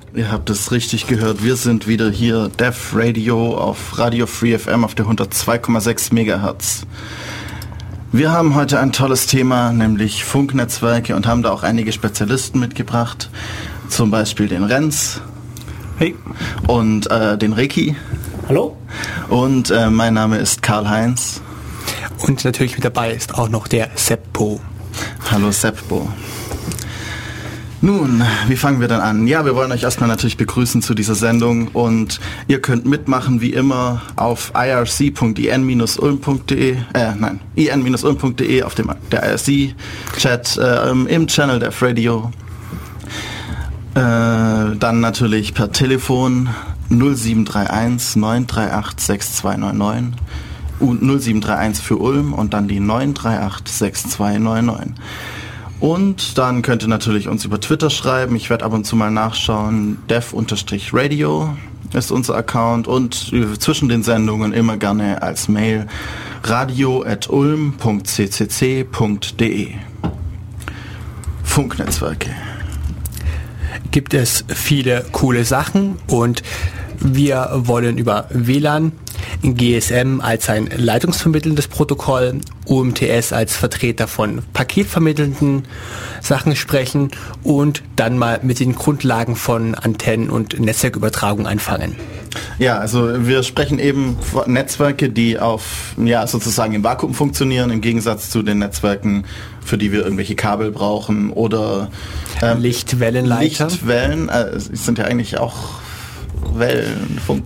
Ihr habt es richtig gehört. Wir sind wieder hier, Def Radio auf Radio Free FM auf der 102,6 Megahertz. Wir haben heute ein tolles Thema, nämlich Funknetzwerke, und haben da auch einige Spezialisten mitgebracht. Zum Beispiel den Renz. Hey. Und den Ricky. Hallo. Und mein Name ist Karl-Heinz. Und natürlich mit dabei ist auch noch der Seppo. Hallo Seppo. Nun, wie fangen wir denn an? Ja, wir wollen euch erstmal natürlich begrüßen zu dieser Sendung, und ihr könnt mitmachen wie immer auf irc.in-ulm.de, in-ulm.de auf dem der IRC-Chat im Channel Def Radio. Dann natürlich per Telefon 0731 938 6299 und 0731 für Ulm und dann die 938 6299. Und dann könnt ihr natürlich uns über Twitter schreiben. Ich werde ab und zu mal nachschauen. Def-Radio ist unser Account, und zwischen den Sendungen immer gerne als Mail radio@ulm.ccc.de. Funknetzwerke. Gibt es viele coole Sachen, und wir wollen über WLAN, GSM als ein leitungsvermittelndes Protokoll, UMTS als Vertreter von paketvermittelnden Sachen sprechen und dann mal mit den Grundlagen von Antennen und Netzwerkübertragung anfangen. Ja, also wir sprechen eben von Netzwerke, die auf, ja, sozusagen im Vakuum funktionieren, im Gegensatz zu den Netzwerken, für die wir irgendwelche Kabel brauchen oder Lichtwellenleiter. Lichtwellen, sind ja eigentlich auch Wellenfunk.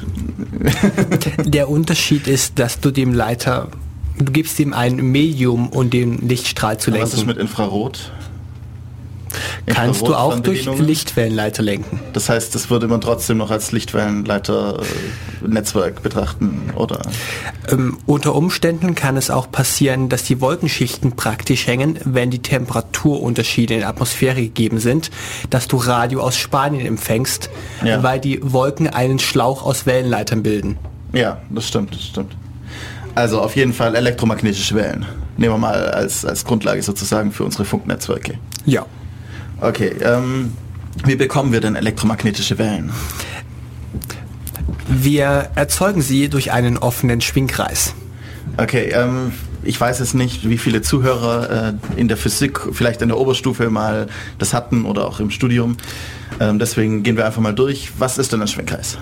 Der Unterschied ist, dass du dem Leiter, du gibst ihm ein Medium, um den Lichtstrahl zu lenken. Was ist mit Infrarot? Kannst du auch durch Lichtwellenleiter lenken. Das heißt, das würde man trotzdem noch als Lichtwellenleiter-Netzwerk betrachten, oder? Unter Umständen kann es auch passieren, dass die Wolkenschichten praktisch hängen, wenn die Temperaturunterschiede in der Atmosphäre gegeben sind, dass du Radio aus Spanien empfängst, ja, weil die Wolken einen Schlauch aus Wellenleitern bilden. Ja, das stimmt. Also auf jeden Fall elektromagnetische Wellen. Nehmen wir mal als Grundlage sozusagen für unsere Funknetzwerke. Ja. Okay, wie bekommen wir denn elektromagnetische Wellen? Wir erzeugen sie durch einen offenen Schwingkreis. Okay, ich weiß jetzt nicht, wie viele Zuhörer in der Physik, vielleicht in der Oberstufe mal das hatten oder auch im Studium. Deswegen gehen wir einfach mal durch. Was ist denn ein Schwingkreis?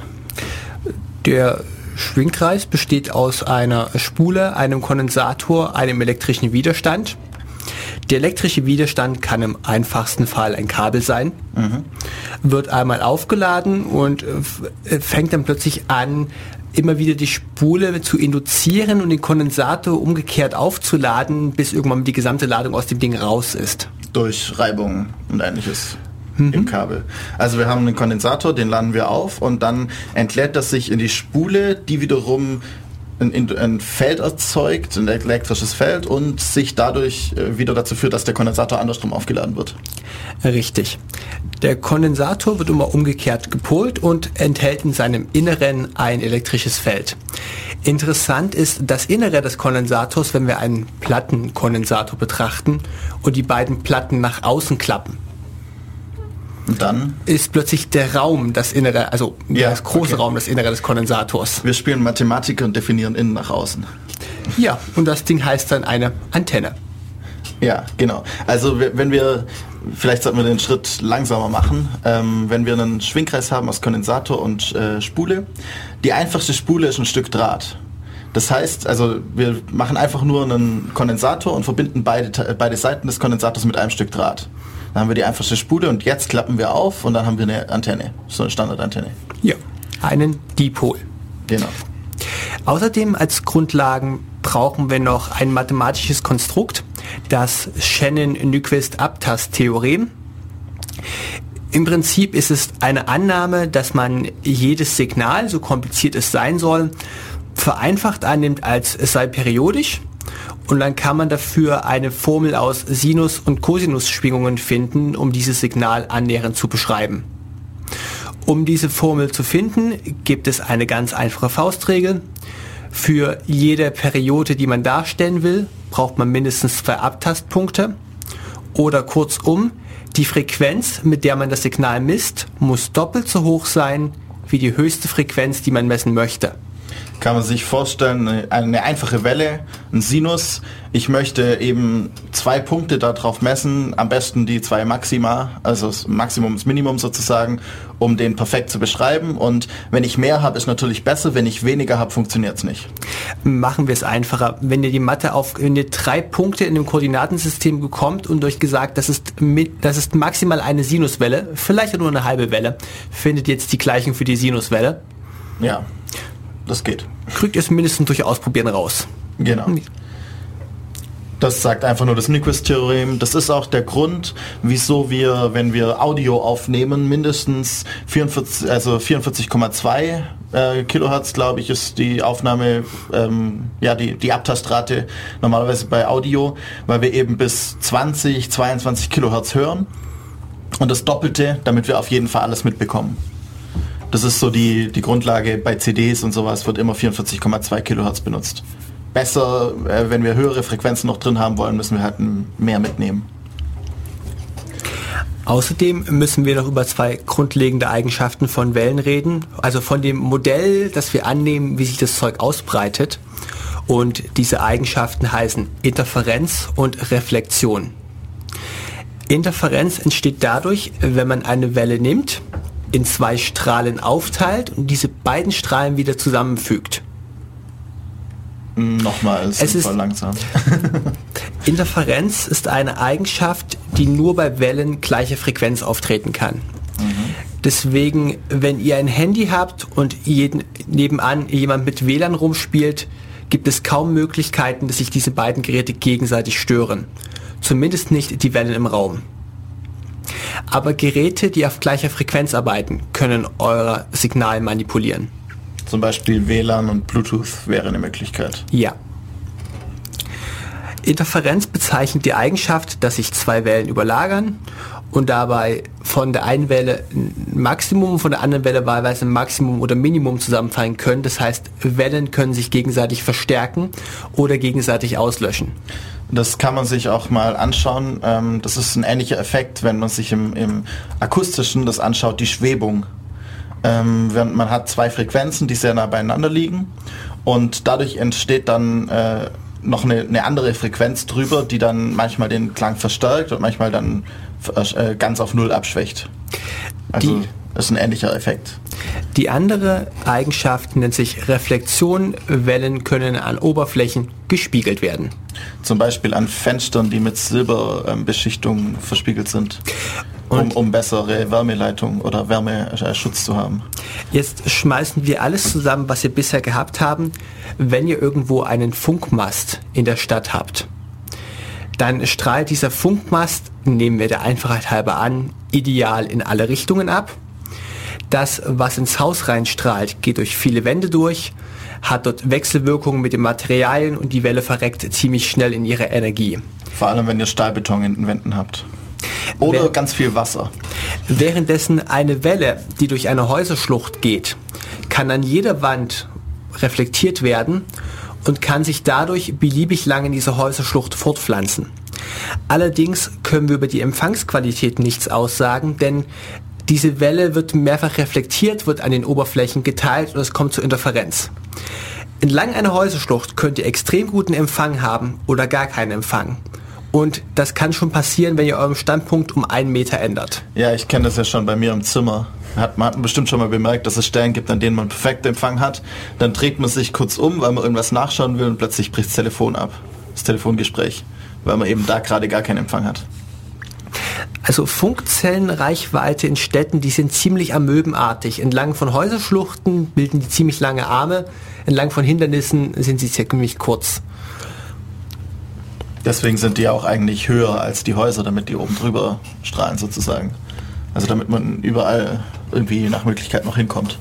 Der Schwingkreis besteht aus einer Spule, einem Kondensator, einem elektrischen Widerstand. Der elektrische Widerstand kann im einfachsten Fall ein Kabel sein, wird einmal aufgeladen und fängt dann plötzlich an, immer wieder die Spule zu induzieren und den Kondensator umgekehrt aufzuladen, bis irgendwann die gesamte Ladung aus dem Ding raus ist. Durch Reibung und ähnliches. Im Kabel. Also wir haben einen Kondensator, den laden wir auf, und dann entlädt das sich in die Spule, die wiederum ein Feld erzeugt, ein elektrisches Feld, und sich dadurch wieder dazu führt, dass der Kondensator andersrum aufgeladen wird. Richtig. Der Kondensator wird immer umgekehrt gepolt und enthält in seinem Inneren ein elektrisches Feld. Interessant ist das Innere des Kondensators, wenn wir einen Plattenkondensator betrachten und die beiden Platten nach außen klappen. Und dann ist plötzlich der Raum das Innere, also das große Raum das Innere des Kondensators. Wir spielen Mathematiker und definieren innen nach außen. Ja, und das Ding heißt dann eine Antenne. Ja, genau. Also wenn wir, vielleicht sollten wir den Schritt langsamer machen, wenn wir einen Schwingkreis haben aus Kondensator und Spule. Die einfachste Spule ist ein Stück Draht. Das heißt, also wir machen einfach nur einen Kondensator und verbinden beide Seiten des Kondensators mit einem Stück Draht. Dann haben wir die einfachste Spule, und jetzt klappen wir auf und dann haben wir eine Antenne, so eine Standardantenne. Ja, einen Dipol. Genau. Außerdem als Grundlagen brauchen wir noch ein mathematisches Konstrukt, das Shannon-Nyquist-Abtas-Theorem. Im Prinzip ist es eine Annahme, dass man jedes Signal, so kompliziert es sein soll, vereinfacht annimmt, als es sei periodisch. Und dann kann man dafür eine Formel aus Sinus- und Cosinus-Schwingungen finden, um dieses Signal annähernd zu beschreiben. Um diese Formel zu finden, gibt es eine ganz einfache Faustregel. Für jede Periode, die man darstellen will, braucht man mindestens 2 Abtastpunkte. Oder kurzum, Die Frequenz, mit der man das Signal misst, muss doppelt so hoch sein wie die höchste Frequenz, die man messen möchte. Kann man sich vorstellen, eine einfache Welle, ein Sinus. Ich möchte eben 2 Punkte darauf messen, am besten die 2 Maxima, also das Maximum, das Minimum sozusagen, um den perfekt zu beschreiben. Und wenn ich mehr habe, ist natürlich besser. Wenn ich weniger habe, funktioniert es nicht. Machen wir es einfacher. Wenn ihr die Mathe wenn ihr 3 Punkte in dem Koordinatensystem bekommt und euch gesagt, das ist maximal eine Sinuswelle, vielleicht nur eine halbe Welle, findet jetzt die Gleichung für die Sinuswelle. Ja, das geht. Kriegt ihr es mindestens durch Ausprobieren raus. Genau. Das sagt einfach nur das Nyquist-Theorem. Das ist auch der Grund, wieso wir, wenn wir Audio aufnehmen, mindestens 44,2 Kilohertz, glaube ich, ist die Aufnahme, die Abtastrate normalerweise bei Audio, weil wir eben bis 22 Kilohertz hören und das Doppelte, damit wir auf jeden Fall alles mitbekommen. Das ist so die Grundlage bei CDs und sowas, wird immer 44,2 Kilohertz benutzt. Besser, wenn wir höhere Frequenzen noch drin haben wollen, müssen wir halt mehr mitnehmen. Außerdem müssen wir noch über 2 grundlegende Eigenschaften von Wellen reden. Also von dem Modell, das wir annehmen, wie sich das Zeug ausbreitet. Und diese Eigenschaften heißen Interferenz und Reflexion. Interferenz entsteht dadurch, wenn man eine Welle nimmt, in 2 Strahlen aufteilt und diese beiden Strahlen wieder zusammenfügt. Nochmal, es ist voll langsam. Interferenz ist eine Eigenschaft, die nur bei Wellen gleicher Frequenz auftreten kann. Deswegen, wenn ihr ein Handy habt und nebenan jemand mit WLAN rumspielt, gibt es kaum Möglichkeiten, dass sich diese beiden Geräte gegenseitig stören. Zumindest nicht die Wellen im Raum. Aber Geräte, die auf gleicher Frequenz arbeiten, können euer Signal manipulieren. Zum Beispiel WLAN und Bluetooth wäre eine Möglichkeit. Ja. Interferenz bezeichnet die Eigenschaft, dass sich 2 Wellen überlagern und dabei von der einen Welle ein Maximum, von der anderen Welle wahlweise ein Maximum oder Minimum zusammenfallen können. Das heißt, Wellen können sich gegenseitig verstärken oder gegenseitig auslöschen. Das kann man sich auch mal anschauen. Das ist ein ähnlicher Effekt, wenn man sich im Akustischen das anschaut, die Schwebung. Man hat 2 Frequenzen, die sehr nah beieinander liegen und dadurch entsteht dann noch eine andere Frequenz drüber, die dann manchmal den Klang verstärkt und manchmal dann ganz auf 0 abschwächt. Also das ist ein ähnlicher Effekt. Die andere Eigenschaft nennt sich Reflexion. Wellen können an Oberflächen gespiegelt werden. Zum Beispiel an Fenstern, die mit Silberbeschichtung verspiegelt sind. Um bessere Wärmeleitung oder Wärmeschutz zu haben. Jetzt schmeißen wir alles zusammen, was wir bisher gehabt haben. Wenn ihr irgendwo einen Funkmast in der Stadt habt, dann strahlt dieser Funkmast, nehmen wir der Einfachheit halber an, ideal in alle Richtungen ab. Das, was ins Haus reinstrahlt, geht durch viele Wände durch, hat dort Wechselwirkungen mit den Materialien und die Welle verreckt ziemlich schnell in ihre Energie. Vor allem, wenn ihr Stahlbeton in den Wänden habt. Oder ganz viel Wasser. Währenddessen eine Welle, die durch eine Häuserschlucht geht, kann an jeder Wand reflektiert werden und kann sich dadurch beliebig lang in dieser Häuserschlucht fortpflanzen. Allerdings können wir über die Empfangsqualität nichts aussagen, denn diese Welle wird mehrfach reflektiert, wird an den Oberflächen geteilt und es kommt zur Interferenz. Entlang einer Häuserschlucht könnt ihr extrem guten Empfang haben oder gar keinen Empfang. Und das kann schon passieren, wenn ihr euren Standpunkt um 1 Meter ändert. Ja, ich kenne das ja schon bei mir im Zimmer. Man hat bestimmt schon mal bemerkt, dass es Stellen gibt, an denen man perfekt Empfang hat. Dann dreht man sich kurz um, weil man irgendwas nachschauen will und plötzlich bricht das Telefon ab. Das Telefongespräch. Weil man eben da gerade gar keinen Empfang hat. Also Funkzellenreichweite in Städten, die sind ziemlich amöbenartig. Entlang von Häuserschluchten bilden die ziemlich lange Arme. Entlang von Hindernissen sind sie ziemlich kurz. Deswegen sind die auch eigentlich höher als die Häuser, damit die oben drüber strahlen sozusagen. Also damit man überall irgendwie nach Möglichkeit noch hinkommt.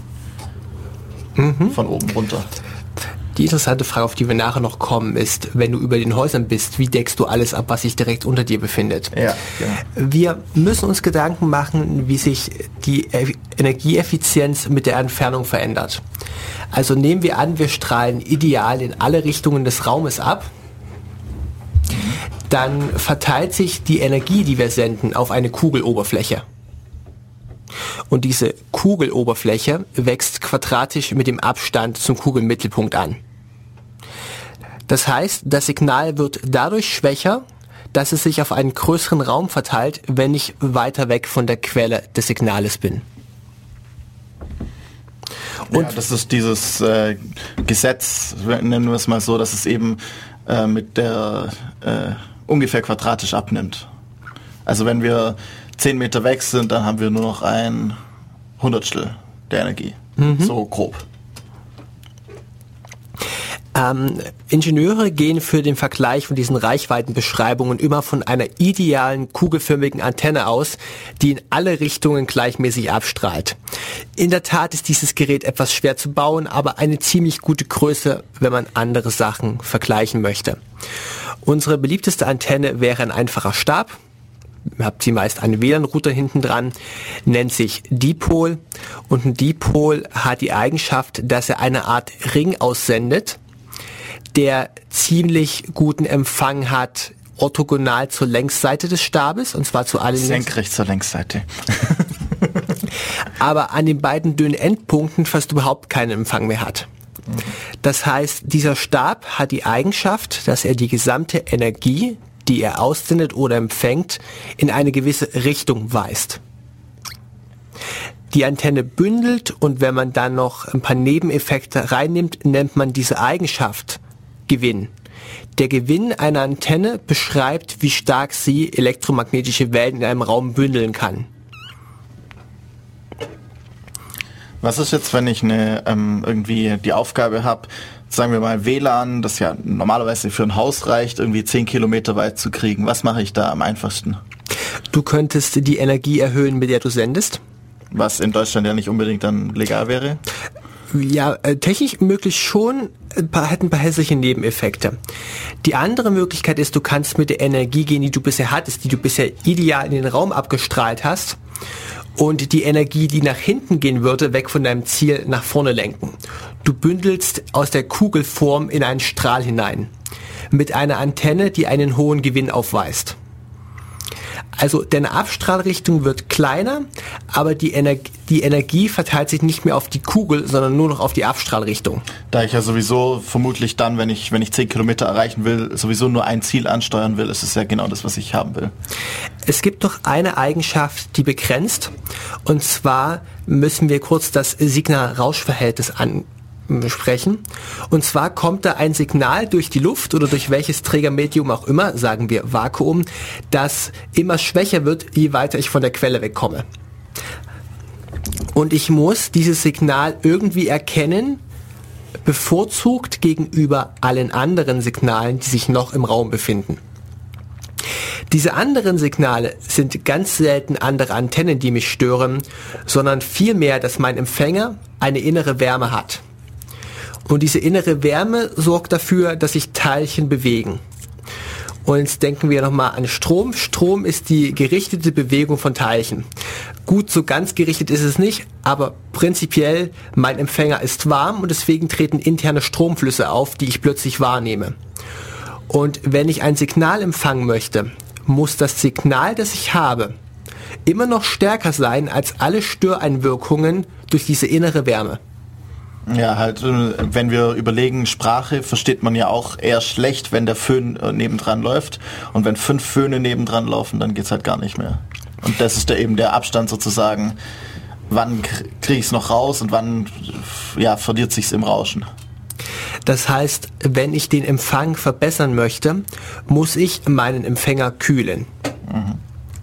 Von oben runter. Die interessante Frage, auf die wir nachher noch kommen, ist, wenn du über den Häusern bist, wie deckst du alles ab, was sich direkt unter dir befindet? Ja, genau. Wir müssen uns Gedanken machen, wie sich die Energieeffizienz mit der Entfernung verändert. Also nehmen wir an, wir strahlen ideal in alle Richtungen des Raumes ab. dann verteilt sich die Energie, die wir senden, auf eine Kugeloberfläche. Und diese Kugeloberfläche wächst quadratisch mit dem Abstand zum Kugelmittelpunkt an. Das heißt, das Signal wird dadurch schwächer, dass es sich auf einen größeren Raum verteilt, wenn ich weiter weg von der Quelle des Signales bin. Und ja, das ist dieses Gesetz, nennen wir es mal so, dass es eben mit der ungefähr quadratisch abnimmt. Also wenn wir 10 Meter weg sind, dann haben wir nur noch ein Hundertstel der Energie. So grob. Ingenieure gehen für den Vergleich von diesen Reichweitenbeschreibungen immer von einer idealen kugelförmigen Antenne aus, die in alle Richtungen gleichmäßig abstrahlt. In der Tat ist dieses Gerät etwas schwer zu bauen, aber eine ziemlich gute Größe, wenn man andere Sachen vergleichen möchte. Unsere beliebteste Antenne wäre ein einfacher Stab. Ihr habt sie meist einen WLAN-Router hinten dran, nennt sich Dipol, und ein Dipol hat die Eigenschaft, dass er eine Art Ring aussendet, der ziemlich guten Empfang hat, orthogonal zur Längsseite des Stabes, und zwar zu allen senkrecht zur Längsseite. Aber an den beiden dünnen Endpunkten fast überhaupt keinen Empfang mehr hat. Das heißt, dieser Stab hat die Eigenschaft, dass er die gesamte Energie, die er aussendet oder empfängt, in eine gewisse Richtung weist. Die Antenne bündelt, und wenn man dann noch ein paar Nebeneffekte reinnimmt, nennt man diese Eigenschaft Gewinn. Der Gewinn einer Antenne beschreibt, wie stark sie elektromagnetische Wellen in einem Raum bündeln kann. Was ist jetzt, wenn ich irgendwie die Aufgabe habe, sagen wir mal WLAN, das ja normalerweise für ein Haus reicht, irgendwie 10 Kilometer weit zu kriegen? Was mache ich da am einfachsten? Du könntest die Energie erhöhen, mit der du sendest. Was in Deutschland ja nicht unbedingt dann legal wäre? Ja, technisch möglich schon, hätten ein paar hässliche Nebeneffekte. Die andere Möglichkeit ist, du kannst mit der Energie gehen, die du bisher hattest, die du bisher ideal in den Raum abgestrahlt hast, und die Energie, die nach hinten gehen würde, weg von deinem Ziel nach vorne lenken. Du bündelst aus der Kugelform in einen Strahl hinein, mit einer Antenne, die einen hohen Gewinn aufweist. Also deine Abstrahlrichtung wird kleiner, aber die Energie verteilt sich nicht mehr auf die Kugel, sondern nur noch auf die Abstrahlrichtung. Da ich ja sowieso vermutlich dann, wenn ich 10 Kilometer erreichen will, sowieso nur ein Ziel ansteuern will, ist es ja genau das, was ich haben will. Es gibt noch eine Eigenschaft, die begrenzt, und zwar müssen wir kurz das Signal-Rausch-Verhältnis besprechen. Und zwar kommt da ein Signal durch die Luft oder durch welches Trägermedium auch immer, sagen wir Vakuum, das immer schwächer wird, je weiter ich von der Quelle wegkomme. Und ich muss dieses Signal irgendwie erkennen, bevorzugt gegenüber allen anderen Signalen, die sich noch im Raum befinden. Diese anderen Signale sind ganz selten andere Antennen, die mich stören, sondern vielmehr, dass mein Empfänger eine innere Wärme hat. Und diese innere Wärme sorgt dafür, dass sich Teilchen bewegen. Und jetzt denken wir nochmal an Strom. Strom ist die gerichtete Bewegung von Teilchen. Gut, so ganz gerichtet ist es nicht, aber prinzipiell, mein Empfänger ist warm und deswegen treten interne Stromflüsse auf, die ich plötzlich wahrnehme. Und wenn ich ein Signal empfangen möchte, muss das Signal, das ich habe, immer noch stärker sein als alle Störeinwirkungen durch diese innere Wärme. Ja, halt, wenn wir überlegen, Sprache versteht man ja auch eher schlecht, wenn der Föhn nebendran läuft. Und wenn 5 Föhne nebendran laufen, dann geht's halt gar nicht mehr. Und das ist eben der Abstand sozusagen, wann kriege ich es noch raus und wann verliert sich's im Rauschen. Das heißt, wenn ich den Empfang verbessern möchte, muss ich meinen Empfänger kühlen. Mhm.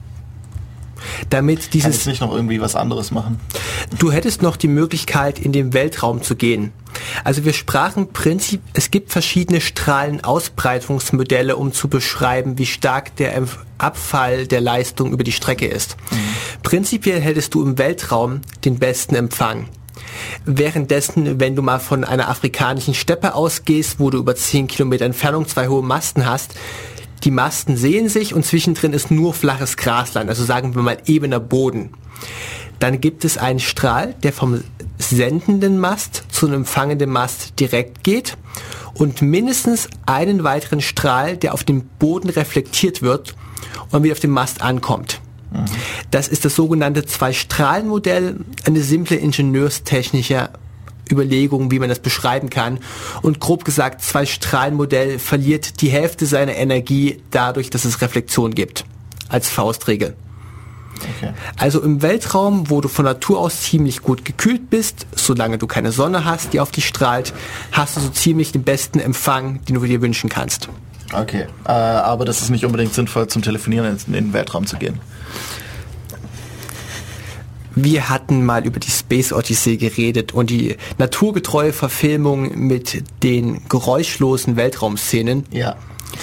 Damit dieses. Kann ich nicht noch irgendwie was anderes machen? Du hättest noch die Möglichkeit, in den Weltraum zu gehen. Also wir sprachen es gibt verschiedene Strahlenausbreitungsmodelle, um zu beschreiben, wie stark der Abfall der Leistung über die Strecke ist. Mhm. Prinzipiell hättest du im Weltraum den besten Empfang. Währenddessen, wenn du mal von einer afrikanischen Steppe ausgehst, wo du über 10 Kilometer Entfernung 2 hohe Masten hast, die Masten sehen sich und zwischendrin ist nur flaches Grasland, also sagen wir mal ebener Boden. Dann gibt es einen Strahl, der vom sendenden Mast zu einem empfangenden Mast direkt geht und mindestens einen weiteren Strahl, der auf den Boden reflektiert wird und wieder auf den Mast ankommt. Das ist das sogenannte Zwei-Strahlen-Modell, eine simple ingenieurstechnische Überlegung, wie man das beschreiben kann. Und grob gesagt, Zwei-Strahlen-Modell verliert die Hälfte seiner Energie dadurch, dass es Reflexion gibt. Als Faustregel. Okay. Also im Weltraum, wo du von Natur aus ziemlich gut gekühlt bist, solange du keine Sonne hast, die auf dich strahlt, hast du so ziemlich den besten Empfang, den du dir wünschen kannst. Okay, aber das ist nicht unbedingt sinnvoll zum Telefonieren in den Weltraum zu gehen. Wir hatten mal über die Space Odyssey geredet und die naturgetreue Verfilmung mit den geräuschlosen Weltraumszenen. Ja.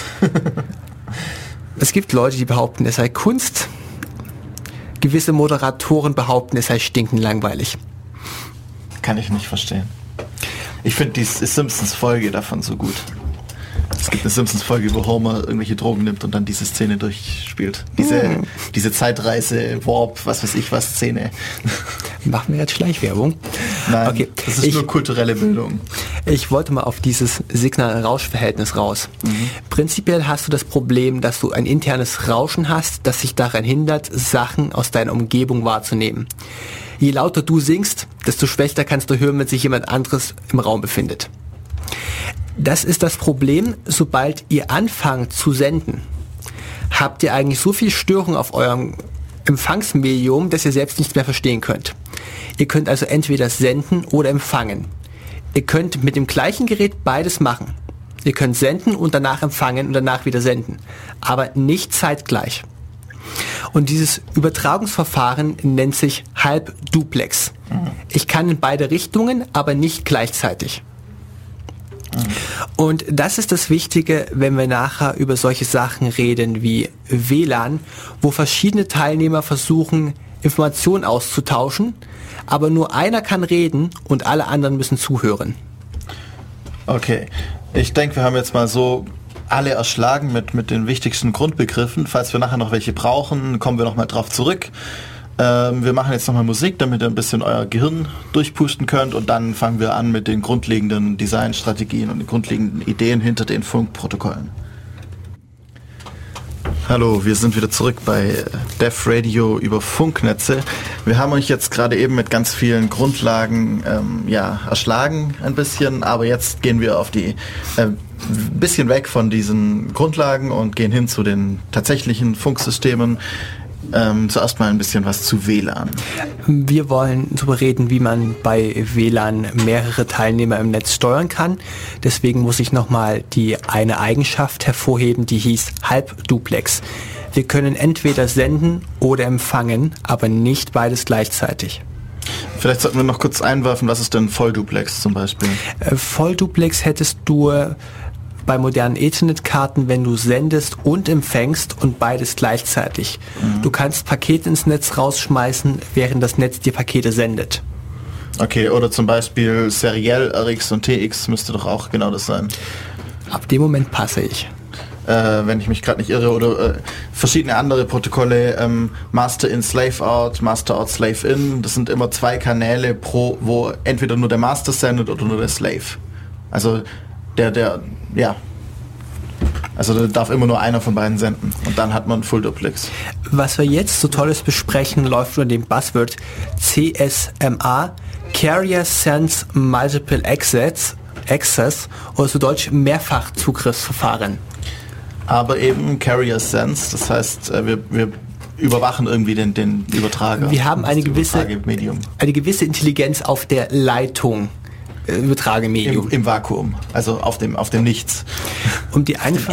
Es gibt Leute, die behaupten, es sei Kunst. Gewisse Moderatoren behaupten, es sei stinkend langweilig. Kann ich nicht verstehen. Ich finde die Simpsons-Folge davon so gut. Es gibt eine Simpsons-Folge, wo Homer irgendwelche Drogen nimmt und dann diese Szene durchspielt. Diese Zeitreise, Warp, was weiß ich was, Szene. Machen wir jetzt Schleichwerbung? Nein, okay. Das ist nur kulturelle Bildung. Ich wollte mal auf dieses Signal-Rausch-Verhältnis raus. Prinzipiell hast du das Problem, dass du ein internes Rauschen hast, das sich daran hindert, Sachen aus deiner Umgebung wahrzunehmen. Je lauter du singst, desto schwächer kannst du hören, wenn sich jemand anderes im Raum befindet. Das ist das Problem, sobald ihr anfangt zu senden, habt ihr eigentlich so viel Störung auf eurem Empfangsmedium, dass ihr selbst nichts mehr verstehen könnt. Ihr könnt also entweder senden oder empfangen. Ihr könnt mit dem gleichen Gerät beides machen. Ihr könnt senden und danach empfangen und danach wieder senden, aber nicht zeitgleich. Und dieses Übertragungsverfahren nennt sich Halbduplex. Ich kann in beide Richtungen, aber nicht gleichzeitig. Und das ist das Wichtige, wenn wir nachher über solche Sachen reden wie WLAN, wo verschiedene Teilnehmer versuchen, Informationen auszutauschen, aber nur einer kann reden und alle anderen müssen zuhören. Okay, ich denke, wir haben jetzt mal so alle erschlagen mit den wichtigsten Grundbegriffen. Falls wir nachher noch welche brauchen, kommen wir nochmal drauf zurück. Wir machen jetzt nochmal Musik, damit ihr ein bisschen euer Gehirn durchpusten könnt und dann fangen wir an mit den grundlegenden Designstrategien und den grundlegenden Ideen hinter den Funkprotokollen. Hallo, wir sind wieder zurück bei Def Radio über Funknetze. Wir haben euch jetzt gerade eben mit ganz vielen Grundlagen erschlagen ein bisschen, aber jetzt gehen wir auf die bisschen weg von diesen Grundlagen und gehen hin zu den tatsächlichen Funksystemen. Zuerst mal ein bisschen was zu WLAN. Wir wollen darüber reden, wie man bei WLAN mehrere Teilnehmer im Netz steuern kann. Deswegen muss ich nochmal die eine Eigenschaft hervorheben, die hieß Halbduplex. Wir können entweder senden oder empfangen, aber nicht beides gleichzeitig. Vielleicht sollten wir noch kurz einwerfen, was ist denn Vollduplex zum Beispiel? Vollduplex hättest du bei modernen Ethernet-Karten, wenn du sendest und empfängst und beides gleichzeitig. Du kannst Pakete ins Netz rausschmeißen, während das Netz dir Pakete sendet. Okay, oder zum Beispiel seriell RX und TX müsste doch auch genau das sein. Ab dem Moment passe ich. Wenn ich mich gerade nicht irre, oder verschiedene andere Protokolle, Master in, Slave out, Master out, Slave in, das sind immer 2 Kanäle wo entweder nur der Master sendet oder nur der Slave. Also also da darf immer nur einer von beiden senden und dann hat man Full Duplex. Was wir jetzt so Tolles besprechen, läuft unter dem Buzzword CSMA, Carrier Sense Multiple Access oder zu Deutsch Mehrfachzugriffsverfahren. Aber eben Carrier Sense, das heißt, wir überwachen irgendwie den Übertrager. Wir haben eine gewisse Intelligenz auf der Leitung. Übertragemedium. Im Vakuum, also auf dem Nichts. Und die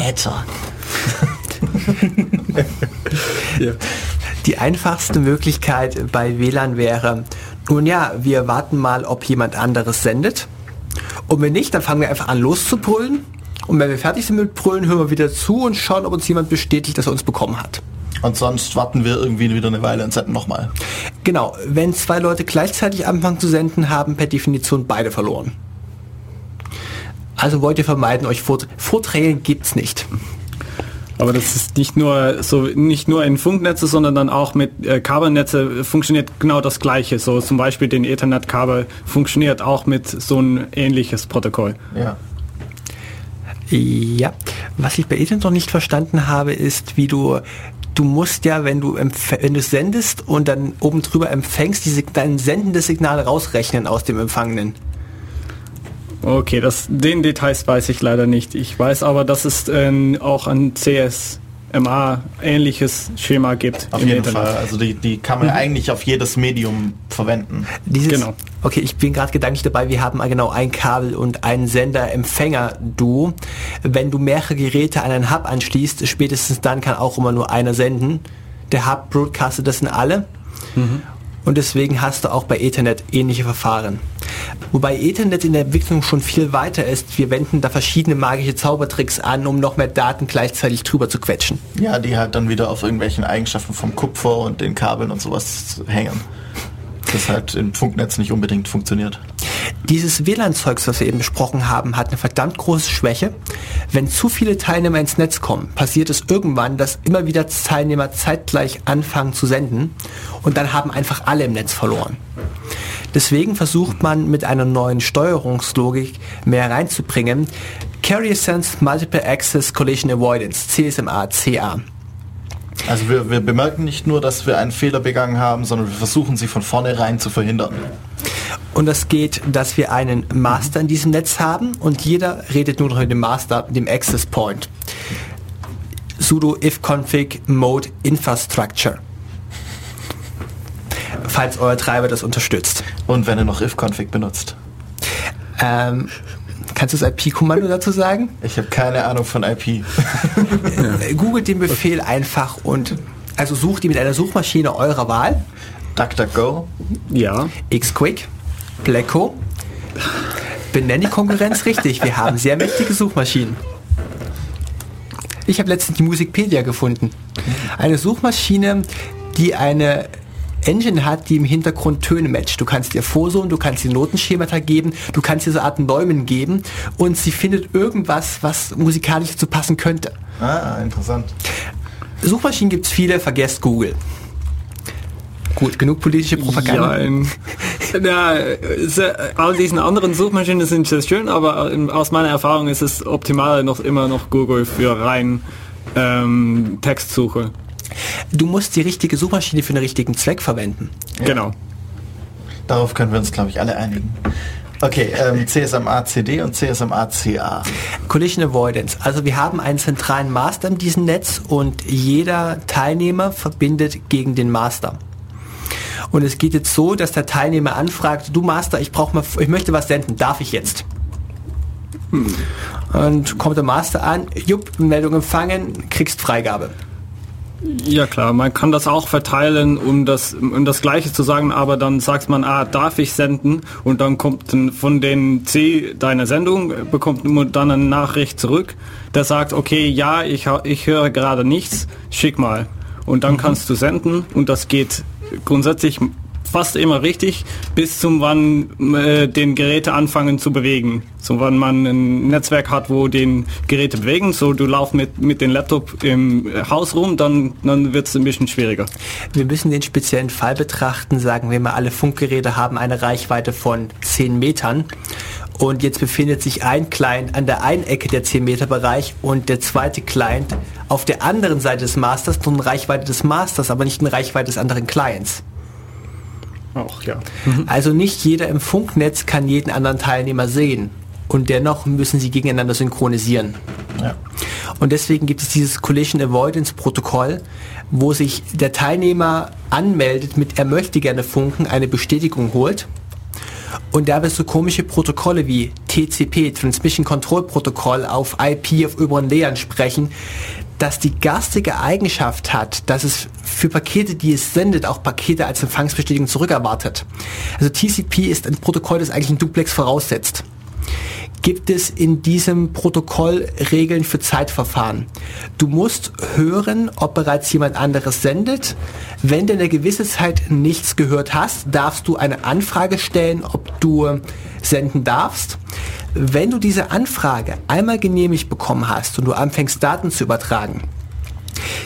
Die einfachste Möglichkeit bei WLAN wäre, nun ja, wir warten mal, ob jemand anderes sendet. Und wenn nicht, dann fangen wir einfach an loszubrüllen. Und wenn wir fertig sind mit Brüllen, hören wir wieder zu und schauen, ob uns jemand bestätigt, dass er uns bekommen hat. Und sonst warten wir irgendwie wieder eine Weile und senden nochmal. Genau, wenn 2 Leute gleichzeitig anfangen zu senden, haben per Definition beide verloren. Also wollt ihr vermeiden, euch Vorträge gibt's nicht. Aber das ist nicht nur in Funknetze, sondern dann auch mit Kabelnetze funktioniert genau das Gleiche. So zum Beispiel den Ethernet-Kabel funktioniert auch mit so ein ähnliches Protokoll. Ja. Ja, was ich bei Ethernet noch nicht verstanden habe, ist, wie du musst ja, wenn du sendest und dann oben drüber empfängst, dein sendendes Signal rausrechnen aus dem Empfangenen. Okay, den Details weiß ich leider nicht. Ich weiß aber, dass es auch ein CSMA ähnliches Schema gibt. Auf jeden Fall. Also die kann man eigentlich auf jedes Medium verwenden. Genau. Okay, ich bin gerade gedanklich dabei, wir haben genau ein Kabel und ein Sender-Empfänger-Duo. Wenn du mehrere Geräte an einen Hub anschließt, spätestens dann kann auch immer nur einer senden. Der Hub broadcastet das in alle. Und deswegen hast du auch bei Ethernet ähnliche Verfahren. Wobei Ethernet in der Entwicklung schon viel weiter ist. Wir wenden da verschiedene magische Zaubertricks an, um noch mehr Daten gleichzeitig drüber zu quetschen. Ja, die halt dann wieder auf irgendwelchen Eigenschaften vom Kupfer und den Kabeln und sowas hängen. Das halt im Funknetz nicht unbedingt funktioniert. Dieses WLAN-Zeugs, was wir eben besprochen haben, hat eine verdammt große Schwäche. Wenn zu viele Teilnehmer ins Netz kommen, passiert es irgendwann, dass immer wieder Teilnehmer zeitgleich anfangen zu senden und dann haben einfach alle im Netz verloren. Deswegen versucht man mit einer neuen Steuerungslogik mehr reinzubringen. Carrier Sense Multiple Access Collision Avoidance, CSMA, CA. Also wir bemerken nicht nur, dass wir einen Fehler begangen haben, sondern wir versuchen sie von vornherein zu verhindern. Und das geht, dass wir einen Master in diesem Netz haben und jeder redet nur noch mit dem Master, dem Access Point. Sudo ifconfig mode infrastructure. Falls euer Treiber das unterstützt. Und wenn er noch ifconfig benutzt. Kannst du das IP-Kommando dazu sagen? Ich habe keine Ahnung von IP. Googelt den Befehl einfach und also sucht ihn mit einer Suchmaschine eurer Wahl. DuckDuckGo. Ja. Xquick. Blacko. Benenn die Konkurrenz richtig. Wir haben sehr mächtige Suchmaschinen. Ich habe letztens die Musikpedia gefunden. Eine Suchmaschine, die eine Engine hat, die im Hintergrund Töne matcht. Du kannst ihr vorsummen, du kannst ihr Notenschemata geben, du kannst ihr so Arten Neumen geben und sie findet irgendwas, was musikalisch dazu passen könnte. Ah, interessant. Suchmaschinen gibt es viele, vergesst Google. Gut, genug politische Propaganda. All diesen anderen Suchmaschinen sind sehr schön, aber aus meiner Erfahrung ist es optimal immer noch Google für rein Textsuche. Du musst die richtige Suchmaschine für den richtigen Zweck verwenden. Ja. Genau. Darauf können wir uns, glaube ich, alle einigen. Okay, CSMA-CD und CSMA-CA. Collision Avoidance. Also wir haben einen zentralen Master in diesem Netz und jeder Teilnehmer verbindet gegen den Master. Und es geht jetzt so, dass der Teilnehmer anfragt, du Master, ich möchte was senden, darf ich jetzt? Und kommt der Master an, Meldung empfangen, kriegst Freigabe. Ja klar, man kann das auch verteilen, um das Gleiche zu sagen, aber dann sagt man, darf ich senden? Und dann kommt von den C deiner Sendung, bekommt man dann eine Nachricht zurück, der sagt, okay, ja, ich höre gerade nichts, schick mal. Und dann kannst du senden und das geht grundsätzlich fast immer richtig, bis zum wann den Geräte anfangen zu bewegen. So wann man ein Netzwerk hat, wo den Geräte bewegen, so du laufst mit dem Laptop im Haus rum, dann wird es ein bisschen schwieriger. Wir müssen den speziellen Fall betrachten, sagen wir mal, alle Funkgeräte haben eine Reichweite von 10 Metern und jetzt befindet sich ein Client an der einen Ecke der 10 Meter Bereich und der zweite Client auf der anderen Seite des Masters, nur in Reichweite des Masters, aber nicht in Reichweite des anderen Clients. Auch, ja. Also nicht jeder im Funknetz kann jeden anderen Teilnehmer sehen. Und dennoch müssen sie gegeneinander synchronisieren. Ja. Und deswegen gibt es dieses Collision Avoidance Protokoll, wo sich der Teilnehmer anmeldet mit er möchte gerne funken, eine Bestätigung holt. Und da wir so komische Protokolle wie TCP, Transmission Control Protokoll, auf IP auf oberen Layern sprechen, dass die garstige Eigenschaft hat, dass es für Pakete, die es sendet, auch Pakete als Empfangsbestätigung zurückerwartet. Also TCP ist ein Protokoll, das eigentlich einen Duplex voraussetzt. Gibt es in diesem Protokoll Regeln für Zeitverfahren? Du musst hören, ob bereits jemand anderes sendet. Wenn du in einer gewissen Zeit nichts gehört hast, darfst du eine Anfrage stellen, ob du senden darfst. Wenn du diese Anfrage einmal genehmigt bekommen hast und du anfängst Daten zu übertragen,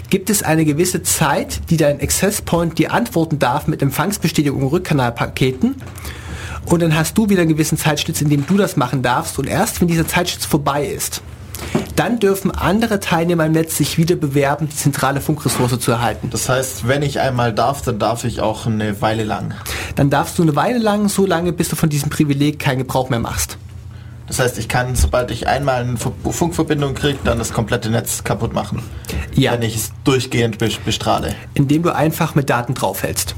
gibt es eine gewisse Zeit, die dein Access Point dir antworten darf mit Empfangsbestätigung und Rückkanalpaketen. Und dann hast du wieder einen gewissen Zeitschlitz, in dem du das machen darfst. Und erst wenn dieser Zeitschlitz vorbei ist, dann dürfen andere Teilnehmer im Netz sich wieder bewerben, die zentrale Funkressource zu erhalten. Das heißt, wenn ich einmal darf, dann darf ich auch eine Weile lang. Dann darfst du eine Weile lang, so lange, bis du von diesem Privileg keinen Gebrauch mehr machst. Das heißt, ich kann, sobald ich einmal eine Funkverbindung kriege, dann das komplette Netz kaputt machen. Ja. Wenn ich es durchgehend bestrahle. Indem du einfach mit Daten draufhältst.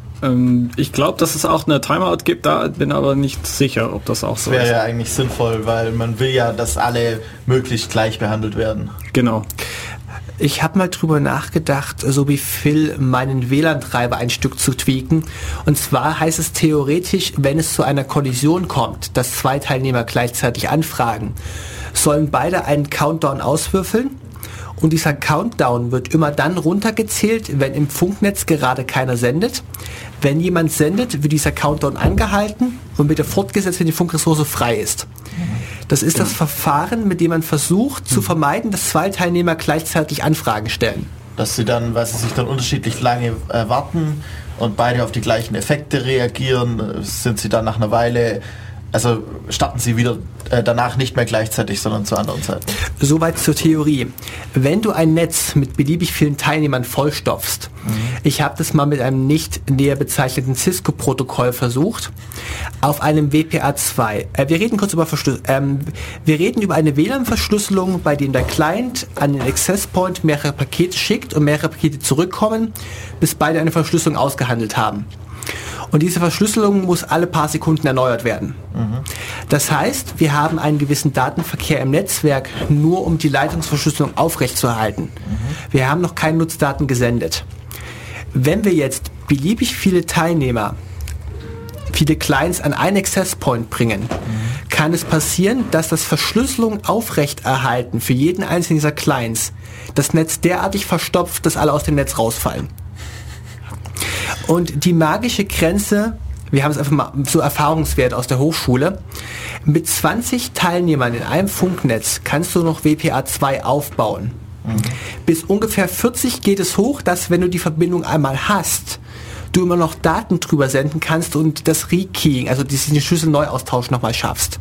Ich glaube, dass es auch eine Timeout gibt, da bin aber nicht sicher, ob das auch so ist. Das wäre ja eigentlich sinnvoll, weil man will ja, dass alle möglichst gleich behandelt werden. Genau. Ich habe mal drüber nachgedacht, so wie Phil, meinen WLAN-Treiber ein Stück zu tweaken. Und zwar heißt es theoretisch, wenn es zu einer Kollision kommt, dass 2 Teilnehmer gleichzeitig anfragen, sollen beide einen Countdown auswürfeln. Und dieser Countdown wird immer dann runtergezählt, wenn im Funknetz gerade keiner sendet. Wenn jemand sendet, wird dieser Countdown angehalten und bitte fortgesetzt, wenn die Funkressource frei ist. Das ist das Verfahren, mit dem man versucht zu vermeiden, dass 2 Teilnehmer gleichzeitig Anfragen stellen. Dass sie dann, weil sie sich dann unterschiedlich lange warten und beide auf die gleichen Effekte reagieren, sind sie dann nach einer Weile, also starten sie wieder danach nicht mehr gleichzeitig, sondern zu anderen Zeiten. Soweit zur Theorie. Wenn du ein Netz mit beliebig vielen Teilnehmern vollstopfst, ich habe das mal mit einem nicht näher bezeichneten Cisco-Protokoll versucht, auf einem WPA2. Wir reden kurz über wir reden über eine WLAN-Verschlüsselung, bei dem der Client an den Access Point mehrere Pakete schickt und mehrere Pakete zurückkommen, bis beide eine Verschlüsselung ausgehandelt haben. Und diese Verschlüsselung muss alle paar Sekunden erneuert werden. Das heißt, wir haben einen gewissen Datenverkehr im Netzwerk, nur um die Leitungsverschlüsselung aufrechtzuerhalten. Wir haben noch keine Nutzdaten gesendet. Wenn wir jetzt beliebig viele Teilnehmer, viele Clients an einen Access Point bringen, kann es passieren, dass das Verschlüsselung aufrechterhalten für jeden einzelnen dieser Clients das Netz derartig verstopft, dass alle aus dem Netz rausfallen. Und die magische Grenze, wir haben es einfach mal so Erfahrungswert aus der Hochschule, mit 20 Teilnehmern in einem Funknetz kannst du noch WPA2 aufbauen. Bis ungefähr 40 geht es hoch, dass wenn du die Verbindung einmal hast, du immer noch Daten drüber senden kannst und das Rekeying, also diesen Schlüsselneuaustausch nochmal schaffst.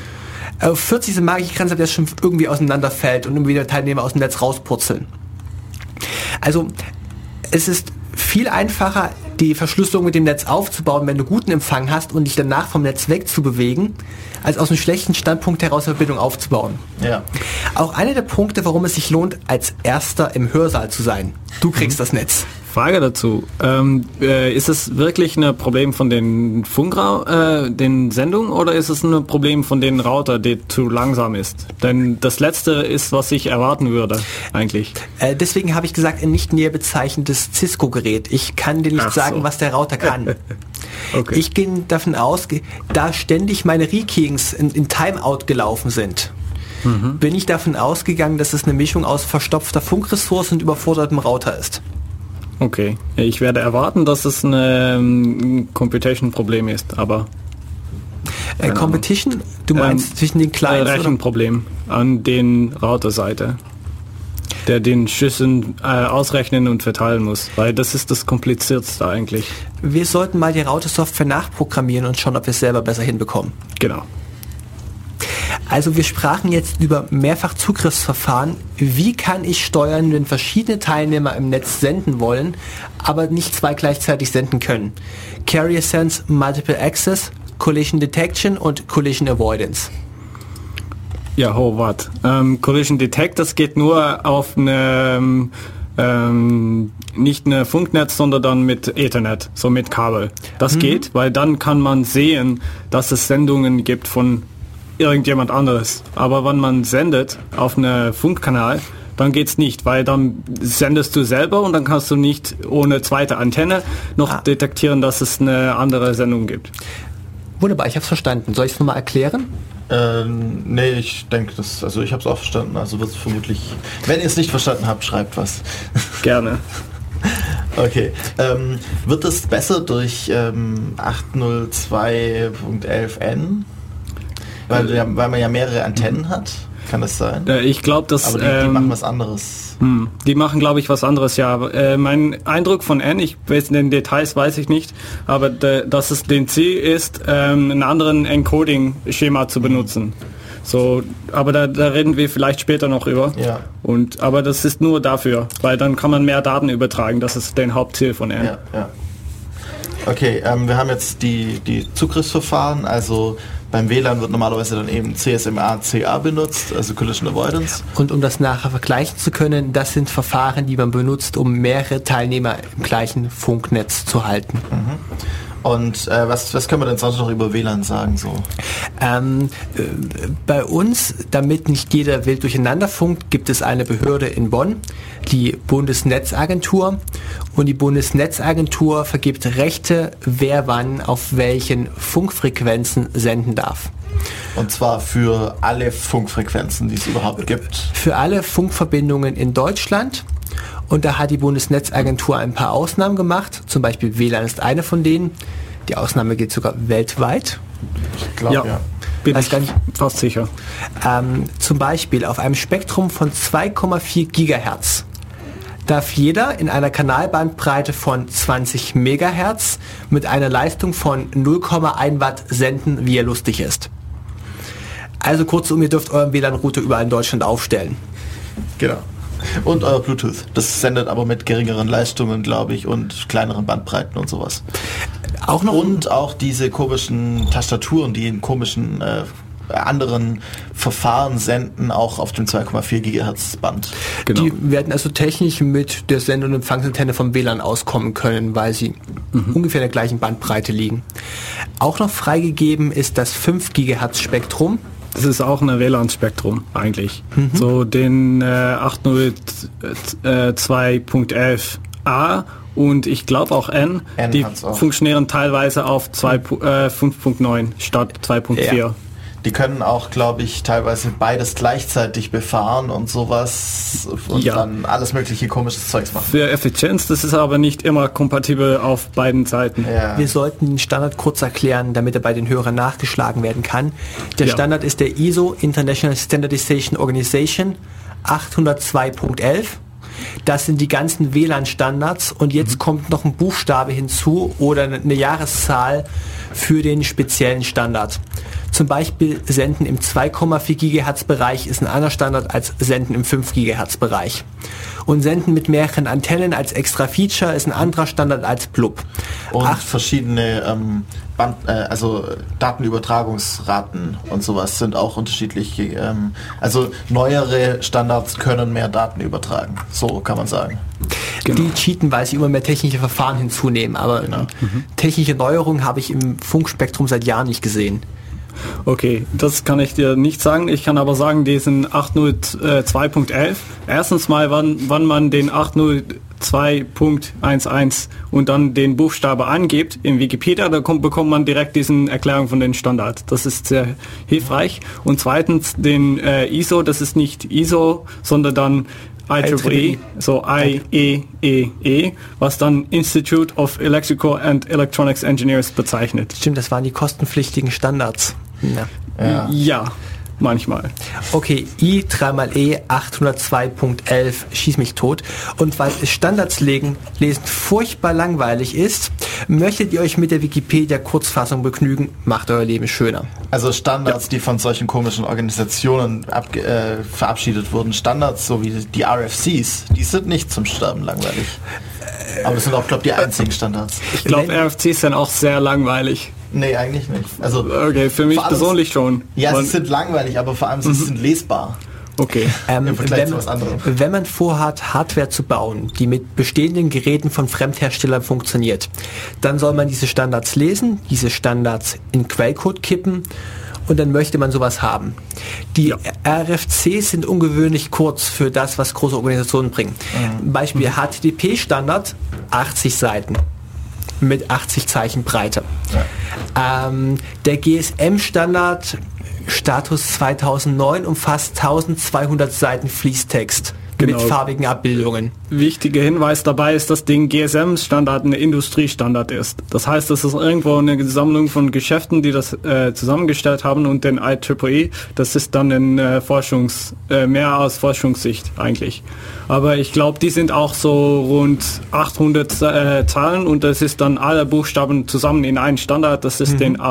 40 ist eine magische Grenze, der schon irgendwie auseinanderfällt und immer wieder Teilnehmer aus dem Netz rauspurzeln. Also es ist viel einfacher, die Verschlüsselung mit dem Netz aufzubauen, wenn du guten Empfang hast und dich danach vom Netz wegzubewegen, als aus einem schlechten Standpunkt heraus eine Verbindung aufzubauen. Ja. Auch einer der Punkte, warum es sich lohnt, als Erster im Hörsaal zu sein. Du kriegst das Netz. Frage dazu. Ist es wirklich ein Problem von den den Sendungen oder ist es ein Problem von den Router, der zu langsam ist? Denn das Letzte ist, was ich erwarten würde, eigentlich. Deswegen habe ich gesagt, ein nicht näher bezeichnetes Cisco-Gerät. Ich kann dir nicht sagen, was der Router kann. Okay. Ich gehe davon aus, da ständig meine Rekeyings in Timeout gelaufen sind, bin ich davon ausgegangen, dass es eine Mischung aus verstopfter Funkressource und überfordertem Router ist. Okay, ich werde erwarten, dass es ein Computation-Problem ist, aber... Competition? Du meinst zwischen den Clients? Rechenproblem an den Routerseite, der den Schlüssel ausrechnen und verteilen muss, weil das ist das Kompliziertste eigentlich. Wir sollten mal die Router-Software nachprogrammieren und schauen, ob wir es selber besser hinbekommen. Genau. Also wir sprachen jetzt über Mehrfachzugriffsverfahren. Wie kann ich steuern, wenn verschiedene Teilnehmer im Netz senden wollen, aber nicht 2 gleichzeitig senden können? Carrier Sense, Multiple Access, Collision Detection und Collision Avoidance. Ja, warte. Collision Detect, das geht nur auf eine nicht eine Funknetz, sondern dann mit Ethernet, so mit Kabel. Das geht, weil dann kann man sehen, dass es Sendungen gibt von irgendjemand anderes. Aber wenn man sendet auf einen Funkkanal, dann geht's nicht, weil dann sendest du selber und dann kannst du nicht ohne zweite Antenne noch detektieren, dass es eine andere Sendung gibt. Wunderbar, ich habe es verstanden. Soll ich es nochmal erklären? Nee, ich denke, ich habe es auch verstanden. Also wird es vermutlich, wenn ihr es nicht verstanden habt, schreibt was. Gerne. Okay. Wird es besser durch 802.11n? Weil man ja mehrere Antennen hat? Kann das sein? Ich glaube, dass... Aber die machen was anderes. Die machen, glaube ich, was anderes, ja. Mein Eindruck von N, in den Details weiß ich nicht, aber dass es den C ist, einen anderen Encoding-Schema zu benutzen. So, aber da reden wir vielleicht später noch über. Ja. Aber das ist nur dafür, weil dann kann man mehr Daten übertragen. Das ist dein Hauptziel von N. Ja. Okay, wir haben jetzt die Zugriffsverfahren, also beim WLAN wird normalerweise dann eben CSMA-CA benutzt, also Collision Avoidance. Und um das nachher vergleichen zu können, das sind Verfahren, die man benutzt, um mehrere Teilnehmer im gleichen Funknetz zu halten. Und was können wir denn sonst noch über WLAN sagen? So? Bei uns, damit nicht jeder wild durcheinander funkt, gibt es eine Behörde in Bonn, die Bundesnetzagentur. Und die Bundesnetzagentur vergibt Rechte, wer wann auf welchen Funkfrequenzen senden darf. Und zwar für alle Funkfrequenzen, die es überhaupt gibt. Für alle Funkverbindungen in Deutschland. Und da hat die Bundesnetzagentur ein paar Ausnahmen gemacht. Zum Beispiel WLAN ist eine von denen. Die Ausnahme gilt sogar weltweit. Ich glaube, ja. Bin ich fast sicher. Zum Beispiel auf einem Spektrum von 2,4 Gigahertz darf jeder in einer Kanalbandbreite von 20 Megahertz mit einer Leistung von 0,1 Watt senden, wie er lustig ist. Also kurzum, ihr dürft euren WLAN-Router überall in Deutschland aufstellen. Genau. Und euer Bluetooth. Das sendet aber mit geringeren Leistungen, glaube ich, und kleineren Bandbreiten und sowas. Auch noch und auch diese komischen Tastaturen, die in komischen anderen Verfahren senden, auch auf dem 2,4 Gigahertz Band. Genau. Die werden also technisch mit der Send- und Empfangsantenne vom WLAN auskommen können, weil sie ungefähr in der gleichen Bandbreite liegen. Auch noch freigegeben ist das 5 Gigahertz Spektrum. Das ist auch ein WLAN-Spektrum eigentlich. So den 802.11a und ich glaube auch N die funktionieren teilweise auf 5.9 statt 2.4. Ja. Die können auch, glaube ich, teilweise beides gleichzeitig befahren und sowas und dann alles mögliche komisches Zeugs machen. Für Effizienz, das ist aber nicht immer kompatibel auf beiden Seiten. Ja. Wir sollten den Standard kurz erklären, damit er bei den Hörern nachgeschlagen werden kann. Der Standard ist der ISO International Standardization Organization 802.11. Das sind die ganzen WLAN-Standards und jetzt kommt noch ein Buchstabe hinzu oder eine Jahreszahl für den speziellen Standard. Zum Beispiel Senden im 2,4 GHz Bereich ist ein anderer Standard als Senden im 5 GHz Bereich. Und Senden mit mehreren Antennen als extra Feature ist ein anderer Standard als Blub. Und verschiedene Datenübertragungsraten und sowas sind auch unterschiedlich. Also neuere Standards können mehr Daten übertragen. So kann man sagen. Genau. Die cheaten, weil sie immer mehr technische Verfahren hinzunehmen. Aber technische Neuerungen habe ich im Funkspektrum seit Jahren nicht gesehen. Okay, das kann ich dir nicht sagen. Ich kann aber sagen, diesen 802.11. Erstens mal, wann man den 802.11 und dann den Buchstabe angibt in Wikipedia, da bekommt man direkt diesen Erklärung von den Standard. Das ist sehr hilfreich. Und zweitens den ISO, das ist nicht ISO, sondern dann IEEE, so IEEE, was dann Institute of Electrical and Electronics Engineers bezeichnet. Stimmt, das waren die kostenpflichtigen Standards. Ja, manchmal. Okay, I3xE 802.11, schieß mich tot. Und weil Standards lesen furchtbar langweilig ist, möchtet ihr euch mit der Wikipedia-Kurzfassung begnügen, macht euer Leben schöner. Also Standards, die von solchen komischen Organisationen verabschiedet wurden, Standards, so wie die RFCs, die sind nicht zum Sterben langweilig. Aber das sind auch, glaube ich, die einzigen Standards. Ich glaube, RFCs sind auch sehr langweilig. Nee, eigentlich nicht. Also okay, für mich persönlich schon. Ja, sie sind langweilig, aber vor allem sie sind lesbar. Okay. Im Vergleich zu was anderem. Wenn man vorhat, Hardware zu bauen, die mit bestehenden Geräten von Fremdherstellern funktioniert, dann soll man diese Standards lesen, diese Standards in Quellcode kippen und dann möchte man sowas haben. Die RFCs sind ungewöhnlich kurz für das, was große Organisationen bringen. Beispiel HTTP-Standard, 80 Seiten. Mit 80 Zeichen Breite. Ja. Der GSM-Standard Status 2009 umfasst 1200 Seiten Fließtext. mit farbigen Abbildungen. Wichtiger Hinweis dabei ist, dass der GSM-Standard ein Industriestandard ist. Das heißt, das ist irgendwo eine Sammlung von Geschäften, die das zusammengestellt haben, und den IEEE, das ist dann in mehr aus Forschungssicht eigentlich. Aber ich glaube, die sind auch so rund 800 Zahlen, und das ist dann alle Buchstaben zusammen in einen Standard. Das ist den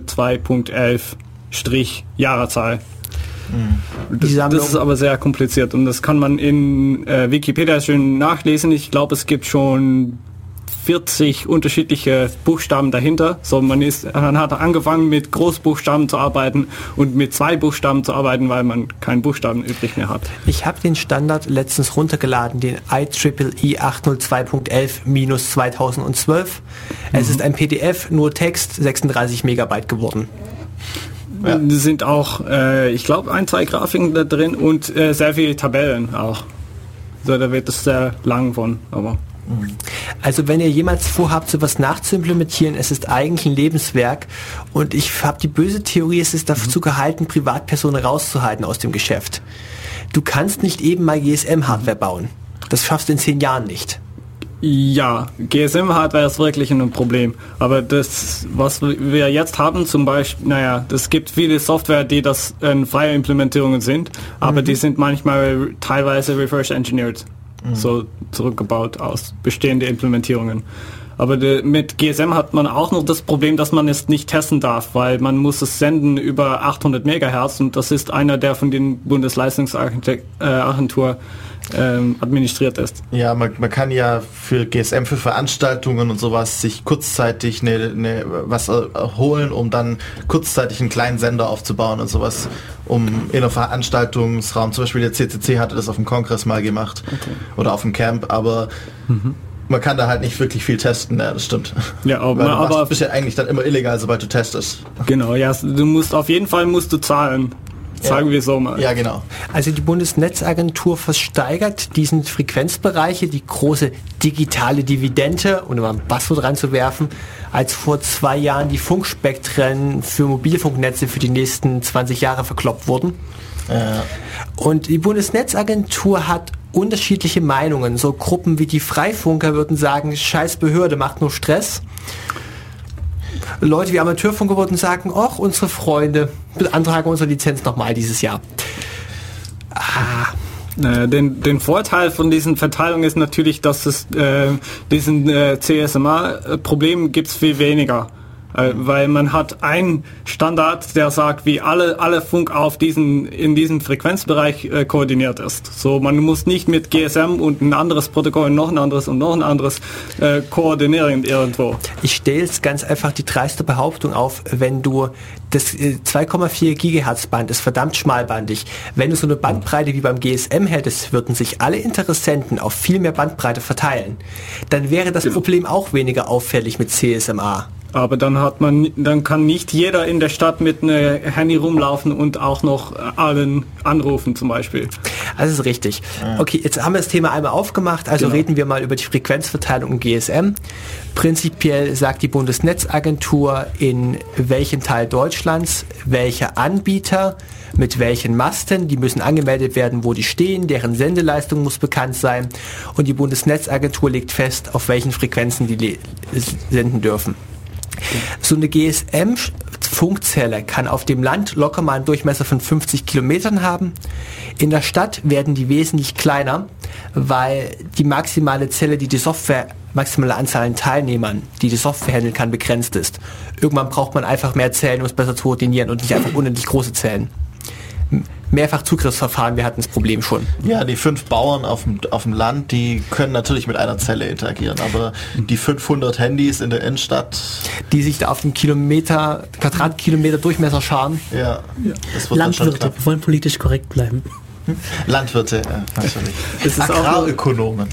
802.11-Jahrezahl. Das ist aber sehr kompliziert, und das kann man in Wikipedia schön nachlesen. Ich glaube, es gibt schon 40 unterschiedliche Buchstaben dahinter. So, man hat angefangen mit Großbuchstaben zu arbeiten und mit 2 Buchstaben zu arbeiten, weil man keinen Buchstaben übrig mehr hat. Ich habe den Standard letztens runtergeladen, den IEEE 802.11-2012. Es ist ein PDF, nur Text, 36 Megabyte geworden. Ja. Es sind auch, ich glaube, 1-2 Grafiken da drin und sehr viele Tabellen auch. So, da wird es sehr lang von, aber... Also wenn ihr jemals vorhabt, sowas nachzuimplementieren, es ist eigentlich ein Lebenswerk, und ich habe die böse Theorie, es ist dazu gehalten, Privatpersonen rauszuhalten aus dem Geschäft. Du kannst nicht eben mal GSM-Hardware bauen. Das schaffst du in 10 Jahren nicht. Ja, GSM-Hardware ist wirklich ein Problem. Aber das, was wir jetzt haben, zum Beispiel, es gibt viele Software, die das freie Implementierungen sind, aber die sind manchmal teilweise reverse engineered. So zurückgebaut aus bestehende Implementierungen. Aber mit GSM hat man auch noch das Problem, dass man es nicht testen darf, weil man muss es senden über 800 Megahertz, und das ist einer, der von den Bundesleistungsagentur administriert ist. Ja, man kann ja für GSM, für Veranstaltungen und sowas, sich kurzzeitig was holen, um dann kurzzeitig einen kleinen Sender aufzubauen und sowas, um in einem Veranstaltungsraum, zum Beispiel der CCC hatte das auf dem Kongress mal gemacht, oder auf dem Camp, aber man kann da halt nicht wirklich viel testen, ja, das stimmt. Ja, aber du bist ja eigentlich dann immer illegal, sobald du testest. Genau, ja, du musst zahlen. Sagen wir so mal. Ja, genau. Also die Bundesnetzagentur versteigert diesen Frequenzbereiche die große digitale Dividende, um mal ein Passwort reinzuwerfen, als vor 2 Jahren die Funkspektren für Mobilfunknetze für die nächsten 20 Jahre verkloppt wurden. Und die Bundesnetzagentur hat unterschiedliche Meinungen. So Gruppen wie die Freifunker würden sagen, scheiß Behörde macht nur Stress. Leute wie Amateurfunker würden sagen, ach, unsere Freunde beantragen unsere Lizenz nochmal dieses Jahr. Den Vorteil von diesen Verteilungen ist natürlich, dass es diesen CSMA-Problem gibt es viel weniger. Weil man hat einen Standard, der sagt, wie alle Funk in diesem Frequenzbereich koordiniert ist. So, man muss nicht mit GSM und ein anderes Protokoll und noch ein anderes koordinieren irgendwo. Ich stelle jetzt ganz einfach die dreiste Behauptung auf, wenn du das 2,4 Gigahertz Band ist verdammt schmalbandig. Wenn du so eine Bandbreite wie beim GSM hättest, würden sich alle Interessenten auf viel mehr Bandbreite verteilen. Dann wäre das Problem auch weniger auffällig mit CSMA. Aber dann kann nicht jeder in der Stadt mit einem Handy rumlaufen und auch noch allen anrufen zum Beispiel. Das ist richtig. Okay, jetzt haben wir das Thema einmal aufgemacht, also reden wir mal über die Frequenzverteilung im GSM. Prinzipiell sagt die Bundesnetzagentur, in welchem Teil Deutschlands welcher Anbieter mit welchen Masten, die müssen angemeldet werden, wo die stehen, deren Sendeleistung muss bekannt sein, und die Bundesnetzagentur legt fest, auf welchen Frequenzen die senden dürfen. So eine GSM-Funkzelle kann auf dem Land locker mal einen Durchmesser von 50 Kilometern haben. In der Stadt werden die wesentlich kleiner, weil die maximale Zelle, maximale Anzahl an Teilnehmern, die Software handeln kann, begrenzt ist. Irgendwann braucht man einfach mehr Zellen, um es besser zu koordinieren, und nicht einfach unendlich große Zellen. Mehrfach-Zugriffsverfahren, wir hatten das Problem schon. Ja, die 5 Bauern auf dem Land, die können natürlich mit einer Zelle interagieren, aber die 500 Handys in der Innenstadt, die sich da auf den Quadratkilometer Durchmesser scharen. Ja. Das wird Landwirte, wir wollen politisch korrekt bleiben. Landwirte, natürlich. Agrarökonomen.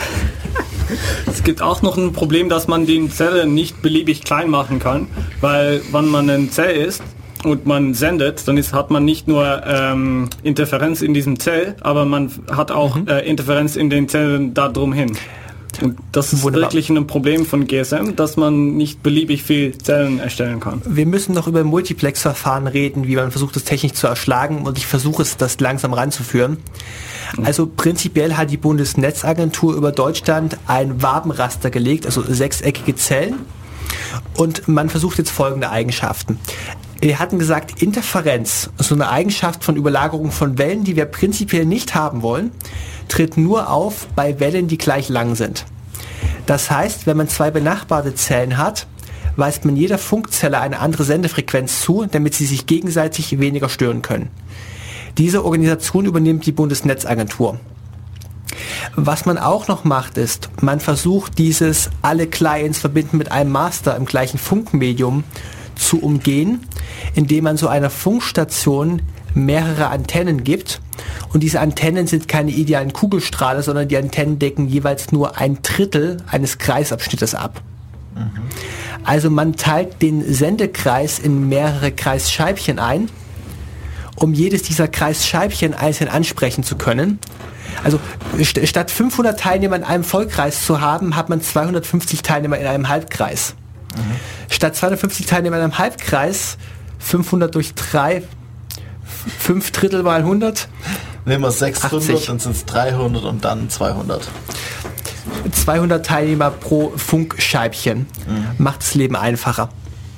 Es gibt auch noch ein Problem, dass man die Zelle nicht beliebig klein machen kann, weil wenn man eine Zelle ist und man sendet, dann hat man nicht nur Interferenz in diesem Zell, aber man hat auch Interferenz in den Zellen da drumhin. Und das ist wirklich ein Problem von GSM, dass man nicht beliebig viel Zellen erstellen kann. Wir müssen noch über Multiplex-Verfahren reden, wie man versucht, das technisch zu erschlagen, und ich versuche es, das langsam ranzuführen. Also prinzipiell hat die Bundesnetzagentur über Deutschland ein Wabenraster gelegt, also sechseckige Zellen, und man versucht jetzt folgende Eigenschaften. Wir hatten gesagt, Interferenz, so eine Eigenschaft von Überlagerung von Wellen, die wir prinzipiell nicht haben wollen, tritt nur auf bei Wellen, die gleich lang sind. Das heißt, wenn man zwei benachbarte Zellen hat, weist man jeder Funkzelle eine andere Sendefrequenz zu, damit sie sich gegenseitig weniger stören können. Diese Organisation übernimmt die Bundesnetzagentur. Was man auch noch macht, ist, man versucht dieses alle Clients verbinden mit einem Master im gleichen Funkmedium zu umgehen, indem man so einer Funkstation mehrere Antennen gibt. Und diese Antennen sind keine idealen Kugelstrahler, sondern die Antennen decken jeweils nur 1/3 eines Kreisabschnittes ab. Also man teilt den Sendekreis in mehrere Kreisscheibchen ein, um jedes dieser Kreisscheibchen einzeln ansprechen zu können. Also statt 500 Teilnehmer in einem Vollkreis zu haben, hat man 250 Teilnehmer in einem Halbkreis. Statt 250 Teilnehmer in einem Halbkreis, 500 durch 3, 5/3 mal 100. Nehmen wir 600, 80. Dann sind es 300 und dann 200. 200 Teilnehmer pro Funkscheibchen. Macht das Leben einfacher.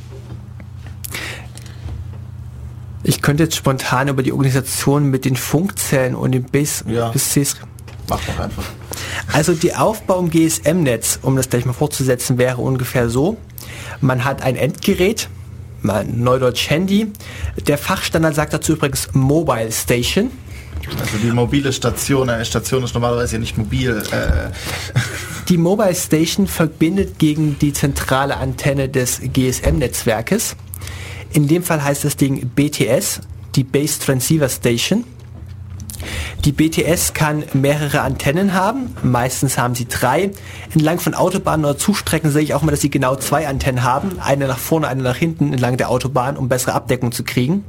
Ich könnte jetzt spontan über die Organisation mit den Funkzellen und den BSCs... Mach doch einfach. Also die Aufbau im GSM-Netz, um das gleich mal fortzusetzen, wäre ungefähr so. Man hat ein Endgerät, Neudeutsch Handy. Der Fachstandard sagt dazu übrigens Mobile Station. Also die mobile Station, eine Station ist normalerweise ja nicht mobil. Die Mobile Station verbindet gegen die zentrale Antenne des GSM-Netzwerkes. In dem Fall heißt das Ding BTS, die Base Transceiver Station. Die BTS kann mehrere Antennen haben, meistens haben sie 3. Entlang von Autobahnen oder Zugstrecken sehe ich auch mal, dass sie genau 2 Antennen haben, eine nach vorne, eine nach hinten entlang der Autobahn, um bessere Abdeckung zu kriegen.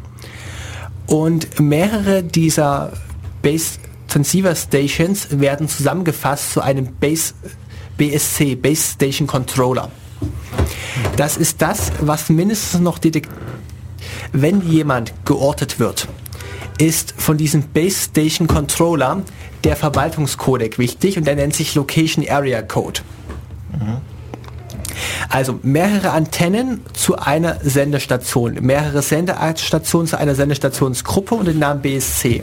Und mehrere dieser Base Transceiver Stations werden zusammengefasst zu einem BSC, Base Station Controller. Das ist das, was mindestens noch wenn jemand geortet wird, ist von diesem Base Station Controller der Verwaltungscodec wichtig, und der nennt sich Location Area Code. Also mehrere Antennen zu einer Sendestation, mehrere Sendestationen zu einer Sendestationsgruppe und den Namen BSC.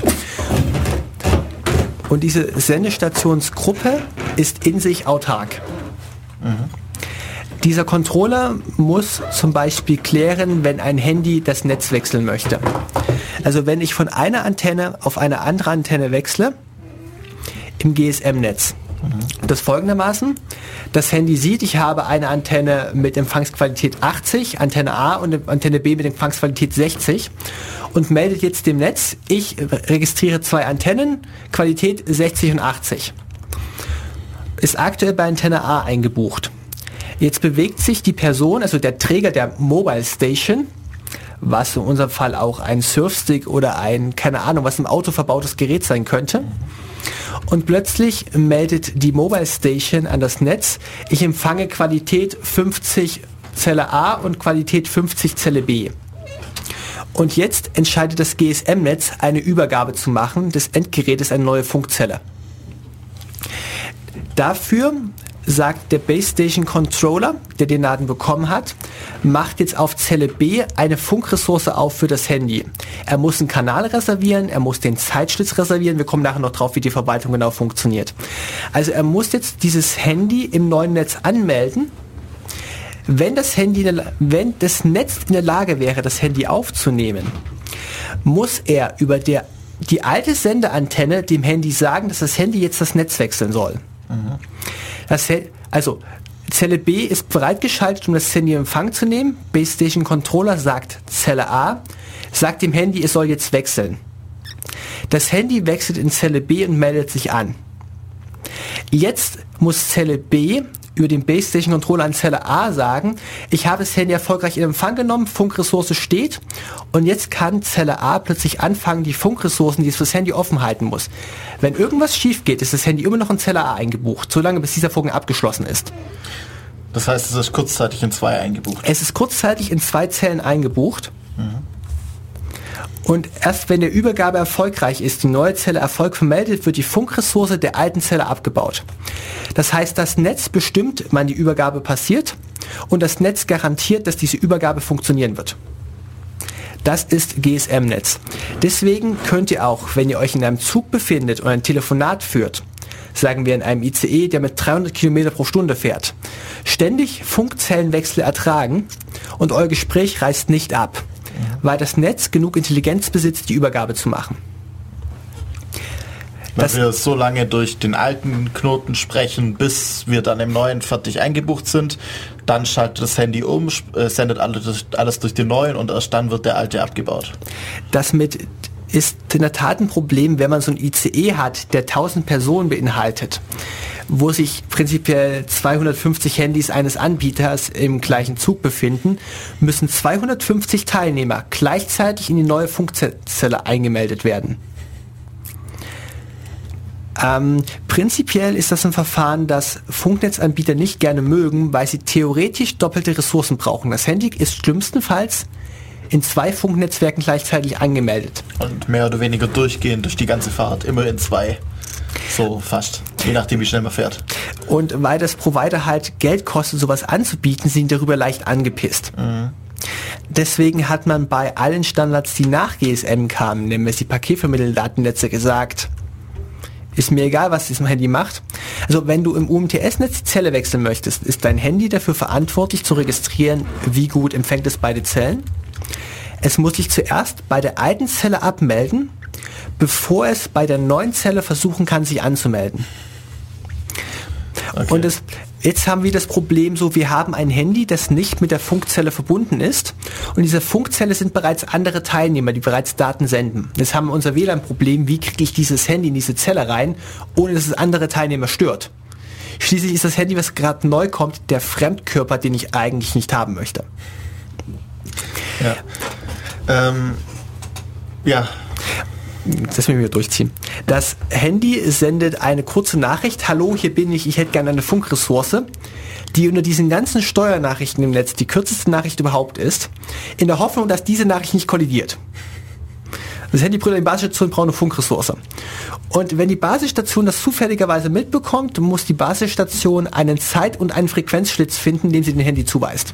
Und diese Sendestationsgruppe ist in sich autark. Dieser Controller muss zum Beispiel klären, wenn ein Handy das Netz wechseln möchte. Also wenn ich von einer Antenne auf eine andere Antenne wechsle, im GSM-Netz. Das folgendermaßen: Das Handy sieht, ich habe eine Antenne mit Empfangsqualität 80, Antenne A, und Antenne B mit Empfangsqualität 60, und meldet jetzt dem Netz, ich registriere 2 Antennen, Qualität 60 und 80. Ist aktuell bei Antenne A eingebucht. Jetzt bewegt sich die Person, also der Träger der Mobile Station, was in unserem Fall auch ein Surfstick oder ein, keine Ahnung, was im Auto verbautes Gerät sein könnte. Und plötzlich meldet die Mobile Station an das Netz, ich empfange Qualität 50 Zelle A und Qualität 50 Zelle B. Und jetzt entscheidet das GSM-Netz, eine Übergabe zu machen des Endgerätes eine neue Funkzelle. Dafür sagt der Base Station Controller, der den Laden bekommen hat, macht jetzt auf Zelle B eine Funkressource auf für das Handy. Er muss einen Kanal reservieren, er muss den Zeitschlitz reservieren, wir kommen nachher noch drauf, wie die Verwaltung genau funktioniert. Also er muss jetzt dieses Handy im neuen Netz anmelden. Wenn das Netz in der Lage wäre, das Handy aufzunehmen, muss er über die alte Sendeantenne dem Handy sagen, dass das Handy jetzt das Netz wechseln soll. Also Zelle B ist bereitgeschaltet, um das Handy in Empfang zu nehmen. Base Station Controller sagt Zelle A, sagt dem Handy, es soll jetzt wechseln. Das Handy wechselt in Zelle B und meldet sich an. Jetzt muss Zelle B über den Base Station Controller an Zelle A sagen, ich habe das Handy erfolgreich in Empfang genommen, Funkressource steht und jetzt kann Zelle A plötzlich anfangen, die Funkressourcen, die es fürs Handy offen halten muss. Wenn irgendwas schief geht, ist das Handy immer noch in Zelle A eingebucht, solange bis dieser Vorgang abgeschlossen ist. Das heißt, es ist kurzzeitig in 2 eingebucht? Es ist kurzzeitig in 2 Zellen eingebucht. Und erst wenn der Übergabe erfolgreich ist, die neue Zelle Erfolg vermeldet, wird die Funkressource der alten Zelle abgebaut. Das heißt, das Netz bestimmt, wann die Übergabe passiert und das Netz garantiert, dass diese Übergabe funktionieren wird. Das ist GSM-Netz. Deswegen könnt ihr auch, wenn ihr euch in einem Zug befindet und ein Telefonat führt, sagen wir in einem ICE, der mit 300 Kilometer pro Stunde fährt, ständig Funkzellenwechsel ertragen und euer Gespräch reißt nicht ab, weil das Netz genug Intelligenz besitzt, die Übergabe zu machen. Wenn wir so lange durch den alten Knoten sprechen, bis wir dann im neuen fertig eingebucht sind, dann schaltet das Handy um, sendet alles durch den neuen und erst dann wird der alte abgebaut. Das ist in der Tat ein Problem, wenn man so ein ICE hat, der 1000 Personen beinhaltet, wo sich prinzipiell 250 Handys eines Anbieters im gleichen Zug befinden, müssen 250 Teilnehmer gleichzeitig in die neue Funkzelle eingemeldet werden. Prinzipiell ist das ein Verfahren, das Funknetzanbieter nicht gerne mögen, weil sie theoretisch doppelte Ressourcen brauchen. Das Handy ist schlimmstenfalls in 2 Funknetzwerken gleichzeitig angemeldet. Und mehr oder weniger durchgehend durch die ganze Fahrt, immer in 2. So fast, je nachdem wie schnell man fährt. Und weil das Provider halt Geld kostet, sowas anzubieten, sind darüber leicht angepisst. Deswegen hat man bei allen Standards, die nach GSM kamen, nämlich die paketvermittelnden Datennetze, gesagt, ist mir egal, was diesem Handy macht. Also wenn du im UMTS-Netz die Zelle wechseln möchtest, ist dein Handy dafür verantwortlich zu registrieren, wie gut empfängt es beide Zellen. Es muss sich zuerst bei der alten Zelle abmelden, bevor es bei der neuen Zelle versuchen kann, sich anzumelden. Okay. Und jetzt haben wir das Problem so, wir haben ein Handy, das nicht mit der Funkzelle verbunden ist und in dieser Funkzelle sind bereits andere Teilnehmer, die bereits Daten senden. Jetzt haben wir unser WLAN-Problem, wie kriege ich dieses Handy in diese Zelle rein, ohne dass es andere Teilnehmer stört. Schließlich ist das Handy, was gerade neu kommt, der Fremdkörper, den ich eigentlich nicht haben möchte. Ja. Das müssen wir durchziehen. Das Handy sendet eine kurze Nachricht. Hallo, hier bin ich hätte gerne eine Funkressource, die unter diesen ganzen Steuernachrichten im Netz die kürzeste Nachricht überhaupt ist, in der Hoffnung, dass diese Nachricht nicht kollidiert. Das Handy brüllt, die Basisstation braucht eine Funkressource. Und wenn die Basisstation das zufälligerweise mitbekommt, muss die Basisstation einen Zeit- und einen Frequenzschlitz finden, den sie dem Handy zuweist.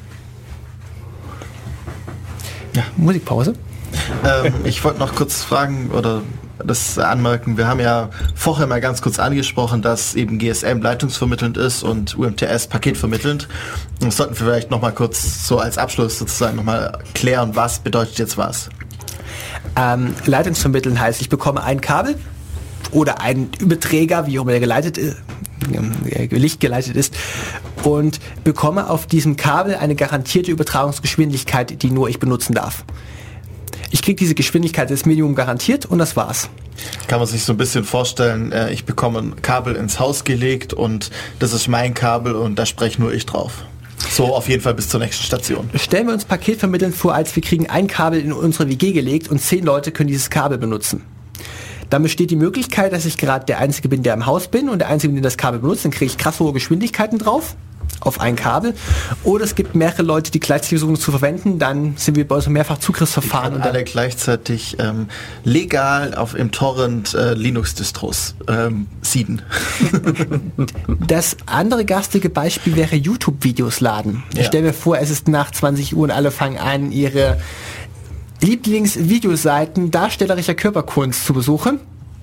Ja. Musikpause. Ich wollte noch kurz fragen oder das anmerken. Wir haben ja vorher mal ganz kurz angesprochen, dass eben GSM leitungsvermittelnd ist und UMTS paketvermittelnd. Und das sollten wir vielleicht noch mal kurz so als Abschluss sozusagen noch mal klären, was bedeutet jetzt was? Leitungsvermitteln heißt, ich bekomme ein Kabel oder einen Überträger, wie auch immer der geleitet ist, lichtgeleitet ist, und bekomme auf diesem Kabel eine garantierte Übertragungsgeschwindigkeit, die nur ich benutzen darf. Ich kriege diese Geschwindigkeit des Minimum garantiert und das war's. Kann man sich so ein bisschen vorstellen, ich bekomme ein Kabel ins Haus gelegt und das ist mein Kabel und da spreche nur ich drauf. So auf jeden Fall bis zur nächsten Station. Stellen wir uns Paketvermitteln vor, als wir kriegen ein Kabel in unsere WG gelegt und 10 Leute können dieses Kabel benutzen. Dann besteht die Möglichkeit, dass ich gerade der Einzige bin, der im Haus bin und der Einzige, der das Kabel benutzt, dann kriege ich krass hohe Geschwindigkeiten drauf auf ein Kabel. Oder es gibt mehrere Leute, die gleichzeitig versuchen es zu verwenden, dann sind wir bei uns mehrfach Zugriffsverfahren. Und alle gleichzeitig legal im Torrent Linux-Distros seeden. Das andere garstige Beispiel wäre YouTube-Videos laden. Ja. Ich stelle mir vor, es ist nach 20 Uhr und alle fangen an, ihre Lieblingsvideoseiten darstellerischer Körperkunst zu besuchen.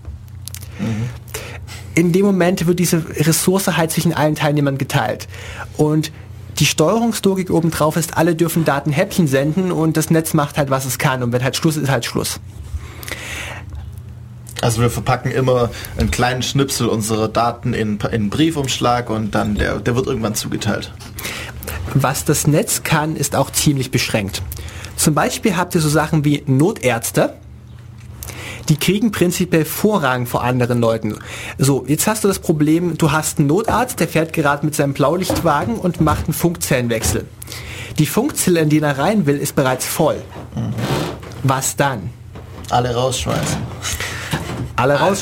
In dem Moment wird diese Ressource halt zwischen allen Teilnehmern geteilt. Und die Steuerungslogik obendrauf ist, alle dürfen Datenhäppchen senden und das Netz macht halt, was es kann. Und wenn halt Schluss ist, halt Schluss. Also wir verpacken immer einen kleinen Schnipsel unserer Daten in einen Briefumschlag und dann der wird irgendwann zugeteilt. Was das Netz kann, ist auch ziemlich beschränkt. Zum Beispiel habt ihr so Sachen wie Notärzte, Die kriegen prinzipiell Vorrang vor anderen Leuten. So, jetzt hast du das Problem, du hast einen Notarzt, der fährt gerade mit seinem Blaulichtwagen und macht einen Funkzellenwechsel. Die Funkzelle, in die er rein will, ist bereits voll. Was dann? Alle rausschmeißen. Alle raus.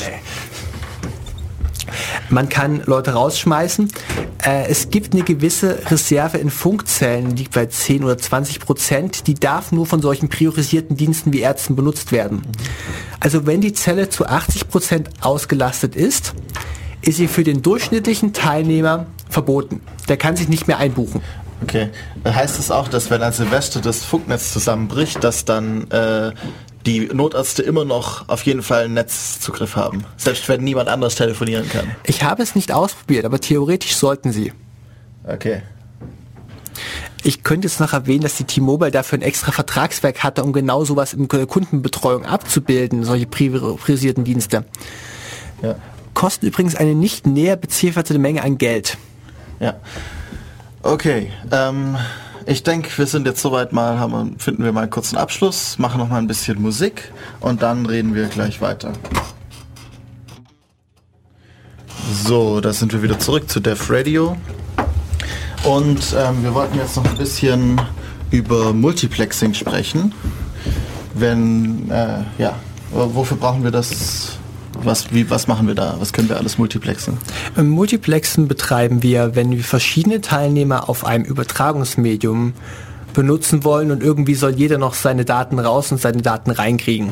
Man kann Leute rausschmeißen. Es gibt eine gewisse Reserve in Funkzellen, die liegt bei 10 oder 20%. Die darf nur von solchen priorisierten Diensten wie Ärzten benutzt werden. Also wenn die Zelle zu 80% ausgelastet ist, ist sie für den durchschnittlichen Teilnehmer verboten. Der kann sich nicht mehr einbuchen. Okay. Heißt es auch, dass wenn an Silvester das Funknetz zusammenbricht, dass dann die Notärzte immer noch auf jeden Fall einen Netzzugriff haben? Selbst wenn niemand anders telefonieren kann? Ich habe es nicht ausprobiert, aber theoretisch sollten sie. Okay. Ich könnte jetzt noch erwähnen, dass die T-Mobile dafür ein extra Vertragswerk hatte, um genau sowas in der Kundenbetreuung abzubilden, solche priorisierten Dienste. Ja. Kosten übrigens eine nicht näher bezifferte Menge an Geld. Ja. Okay, ich denke, wir sind jetzt soweit mal, finden wir mal einen kurzen Abschluss, machen noch mal ein bisschen Musik und dann reden wir gleich weiter. So, da sind wir wieder zurück zu Dev Radio und wir wollten jetzt noch ein bisschen über Multiplexing sprechen. Wofür brauchen wir das? Was machen wir da? Was können wir alles multiplexen? Multiplexen betreiben wir, wenn wir verschiedene Teilnehmer auf einem Übertragungsmedium benutzen wollen und irgendwie soll jeder noch seine Daten raus und seine Daten reinkriegen.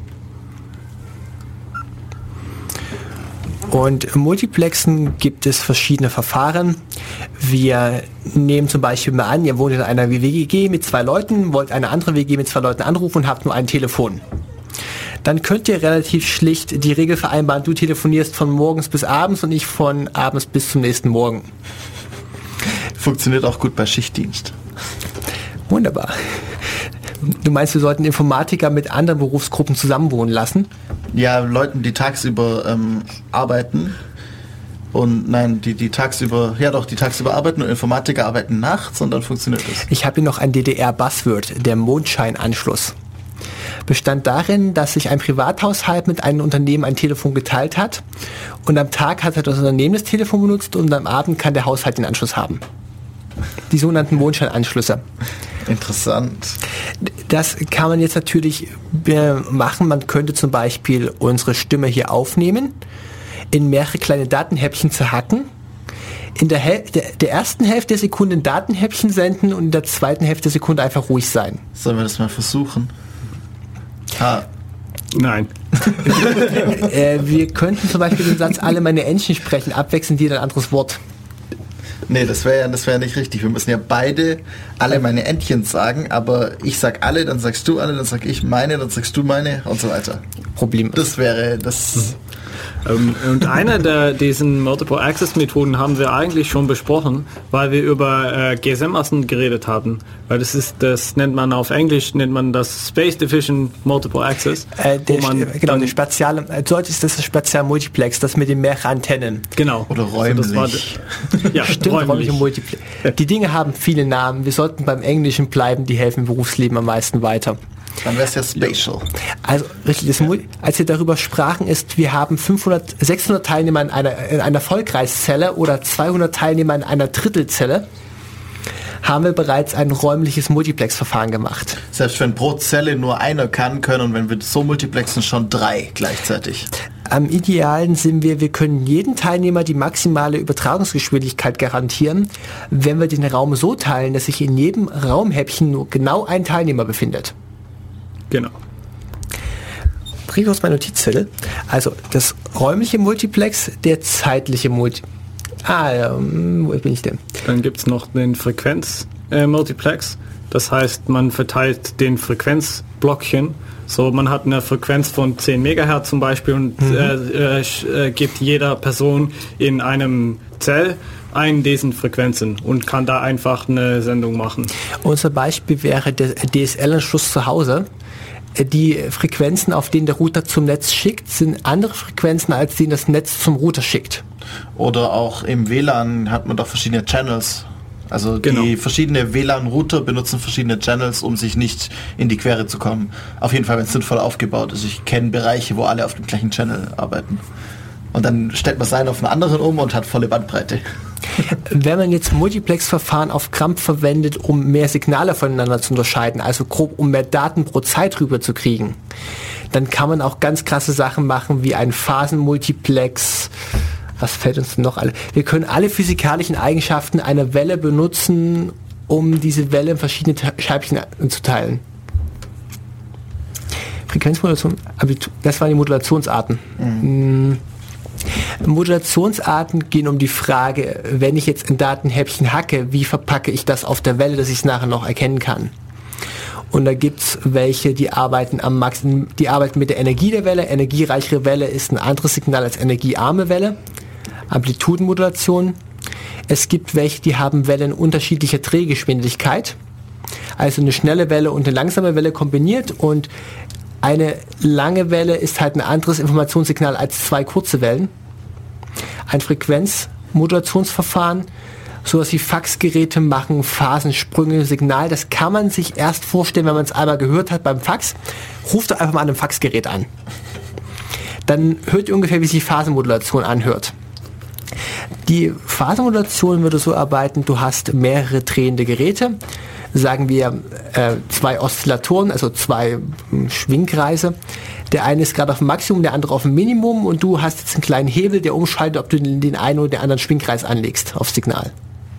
Und im Multiplexen gibt es verschiedene Verfahren. Wir nehmen zum Beispiel mal an, ihr wohnt in einer WG mit 2 Leuten, wollt eine andere WG mit 2 Leuten anrufen und habt nur ein Telefon. Dann könnt ihr relativ schlicht die Regel vereinbaren, du telefonierst von morgens bis abends und ich von abends bis zum nächsten Morgen. Funktioniert auch gut bei Schichtdienst. Wunderbar. Du meinst, wir sollten Informatiker mit anderen Berufsgruppen zusammenwohnen lassen? Ja, Leuten, die tagsüber arbeiten. Und nein, die tagsüber arbeiten und Informatiker arbeiten nachts und dann funktioniert das. Ich habe hier noch ein DDR-Buzzword, der Mondscheinanschluss. Bestand darin, dass sich ein Privathaushalt mit einem Unternehmen ein Telefon geteilt hat und am Tag hat das Unternehmen das Telefon benutzt und am Abend kann der Haushalt den Anschluss haben. Die sogenannten Mondscheinanschlüsse. Interessant. Das kann man jetzt natürlich machen. Man könnte zum Beispiel unsere Stimme hier aufnehmen, in mehrere kleine Datenhäppchen zerhacken, in der ersten Hälfte der Sekunde ein Datenhäppchen senden und in der zweiten Hälfte der Sekunde einfach ruhig sein. Sollen wir das mal versuchen? Nein. Wir könnten zum Beispiel den Satz alle meine Entchen sprechen, abwechselnd jeder ein anderes Wort. Nee, das wäre ja nicht richtig. Wir müssen ja beide alle meine Entchen sagen, aber ich sag alle, dann sagst du alle, dann sag ich meine, dann sagst du meine und so weiter. Problem. Das wäre das. Und eine diesen Multiple-Access-Methoden haben wir eigentlich schon besprochen, weil wir über GSM-Masten geredet haben. Weil das nennt man auf Englisch, das Space Division Multiple Access. Der Spatial, dort ist das Spatial Multiplex, das mit den mehreren Antennen. Genau. Oder räumlich. Also ja, stimmt, räumliche Multiplex. Die Dinge haben viele Namen. Wir sollten beim Englischen bleiben, die helfen im Berufsleben am meisten weiter. Dann wäre es ja Spatial. Also richtig, als wir darüber sprachen, wir haben 600 Teilnehmer in einer Vollkreiszelle oder 200 Teilnehmer in einer Drittelzelle, haben wir bereits ein räumliches Multiplex-Verfahren gemacht. Selbst wenn pro Zelle nur einer können und wenn wir so multiplexen, schon 3 gleichzeitig. Am idealen sind wir können jedem Teilnehmer die maximale Übertragungsgeschwindigkeit garantieren, wenn wir den Raum so teilen, dass sich in jedem Raumhäppchen nur genau ein Teilnehmer befindet. Genau. Bring aus meiner Notizzettel. Also das räumliche Multiplex, der zeitliche Multiplex. Wo bin ich denn? Dann gibt es noch den Frequenz-Multiplex. Das heißt, man verteilt den Frequenzblockchen. So, man hat eine Frequenz von 10 MHz zum Beispiel und gibt jeder Person in einem Zell diesen Frequenzen und kann da einfach eine Sendung machen. Unser Beispiel wäre der DSL-Anschluss zu Hause. Die Frequenzen, auf denen der Router zum Netz schickt, sind andere Frequenzen, als denen das Netz zum Router schickt. Oder auch im WLAN hat man doch verschiedene Channels. Also die verschiedenen WLAN-Router benutzen verschiedene Channels, um sich nicht in die Quere zu kommen. Auf jeden Fall, wenn es sinnvoll aufgebaut ist. Ich kenne Bereiche, wo alle auf dem gleichen Channel arbeiten. Und dann stellt man seinen auf einen anderen um und hat volle Bandbreite. Wenn man jetzt Multiplex-Verfahren auf Krampf verwendet, um mehr Signale voneinander zu unterscheiden, also grob um mehr Daten pro Zeit rüberzukriegen, dann kann man auch ganz krasse Sachen machen, wie ein Phasenmultiplex. Was fällt uns denn noch alle? Wir können alle physikalischen Eigenschaften einer Welle benutzen, um diese Welle in verschiedene Scheibchen zu teilen. Frequenzmodulation, das waren die Modulationsarten. Modulationsarten gehen um die Frage, wenn ich jetzt ein Datenhäppchen hacke, wie verpacke ich das auf der Welle, dass ich es nachher noch erkennen kann. Und da gibt's welche, die arbeiten mit der Energie der Welle. Energiereichere Welle ist ein anderes Signal als energiearme Welle. Amplitudenmodulation. Es gibt welche, die haben Wellen unterschiedlicher Drehgeschwindigkeit. Also eine schnelle Welle und eine langsame Welle kombiniert, und eine lange Welle ist halt ein anderes Informationssignal als zwei kurze Wellen. Ein Frequenzmodulationsverfahren, sowas wie Faxgeräte machen Phasensprünge, Signal. Das kann man sich erst vorstellen, wenn man es einmal gehört hat beim Fax. Ruft doch einfach mal an einem Faxgerät an. Dann hört ihr ungefähr, wie sich Phasenmodulation anhört. Die Phasenmodulation würde so arbeiten, du hast mehrere drehende Geräte, sagen wir 2 Oszillatoren, also 2 Schwingkreise. Der eine ist gerade auf dem Maximum, der andere auf dem Minimum, und du hast jetzt einen kleinen Hebel, der umschaltet, ob du den einen oder den anderen Schwingkreis anlegst auf Signal.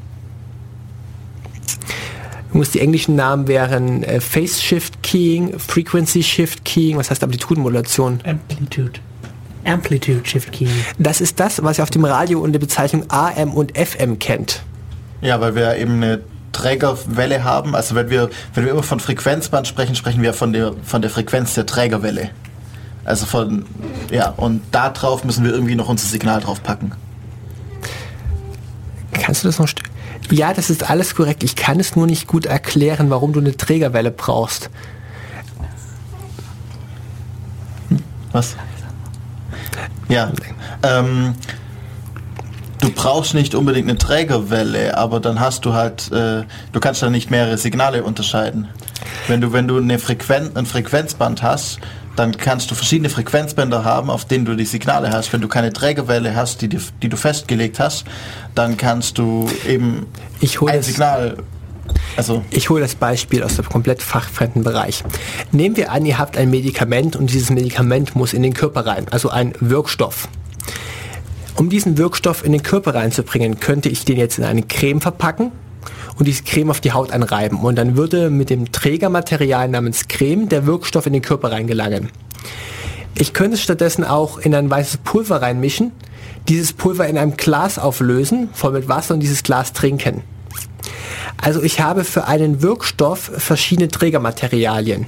Die englischen Namen wären Phase Shift Keying, Frequency Shift Keying, was heißt Amplitudenmodulation? Amplitude Shift Keying. Das ist das, was ihr auf dem Radio unter der Bezeichnung AM und FM kennt. Ja, weil wir eben eine Trägerwelle haben. Also wenn wir immer von Frequenzband sprechen, sprechen wir von der Frequenz der Trägerwelle. Also und da drauf müssen wir irgendwie noch unser Signal drauf packen. Kannst du das noch Ja, das ist alles korrekt. Ich kann es nur nicht gut erklären, warum du eine Trägerwelle brauchst. Was? Ja, du brauchst nicht unbedingt eine Trägerwelle, aber dann hast du halt, du kannst dann nicht mehrere Signale unterscheiden. Wenn du ein Frequenzband hast, dann kannst du verschiedene Frequenzbänder haben, auf denen du die Signale hast. Wenn du keine Trägerwelle hast, die du festgelegt hast, dann kannst du eben ein Signal... Ich hole das Beispiel aus dem komplett fachfremden Bereich. Nehmen wir an, ihr habt ein Medikament und dieses Medikament muss in den Körper rein, also ein Wirkstoff. Um diesen Wirkstoff in den Körper reinzubringen, könnte ich den jetzt in eine Creme verpacken und diese Creme auf die Haut anreiben. Und dann würde mit dem Trägermaterial namens Creme der Wirkstoff in den Körper reingelangen. Ich könnte es stattdessen auch in ein weißes Pulver reinmischen, dieses Pulver in einem Glas auflösen, voll mit Wasser, und dieses Glas trinken. Also ich habe für einen Wirkstoff verschiedene Trägermaterialien.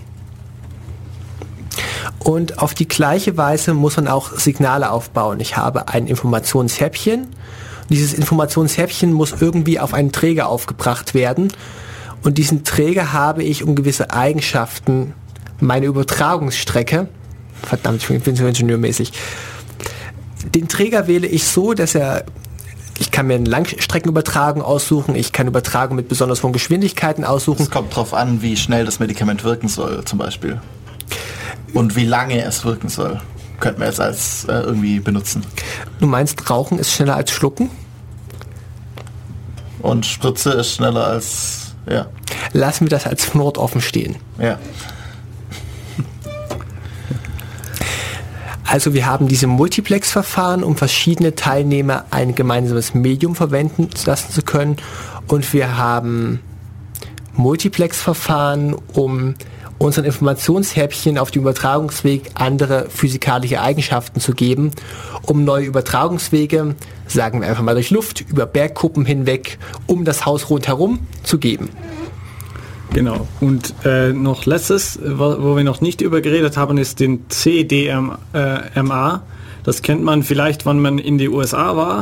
Und auf die gleiche Weise muss man auch Signale aufbauen. Ich habe ein Informationshäppchen. Dieses Informationshäppchen muss irgendwie auf einen Träger aufgebracht werden. Und diesen Träger habe ich um gewisse Eigenschaften, meine Übertragungsstrecke, verdammt, ich bin so ingenieurmäßig, den Träger wähle ich so, dass ich kann mir eine Langstreckenübertragung aussuchen, ich kann Übertragung mit besonders hohen Geschwindigkeiten aussuchen. Es kommt darauf an, wie schnell das Medikament wirken soll, zum Beispiel. Und wie lange es wirken soll. Könnten wir jetzt als irgendwie benutzen. Du meinst, Rauchen ist schneller als Schlucken? Und Spritze ist schneller als... ja. Lassen wir das als Fnord offen stehen. Ja. Also wir haben diese Multiplex-Verfahren, um verschiedene Teilnehmer ein gemeinsames Medium verwenden lassen zu können. Und wir haben Multiplex-Verfahren, um unseren Informationshäppchen auf dem Übertragungsweg andere physikalische Eigenschaften zu geben, um neue Übertragungswege, sagen wir einfach mal durch Luft, über Bergkuppen hinweg, um das Haus rundherum zu geben. Genau. Und noch letztes, wo wir noch nicht über geredet haben, ist den CDMA. Das kennt man vielleicht, wenn man in die USA war.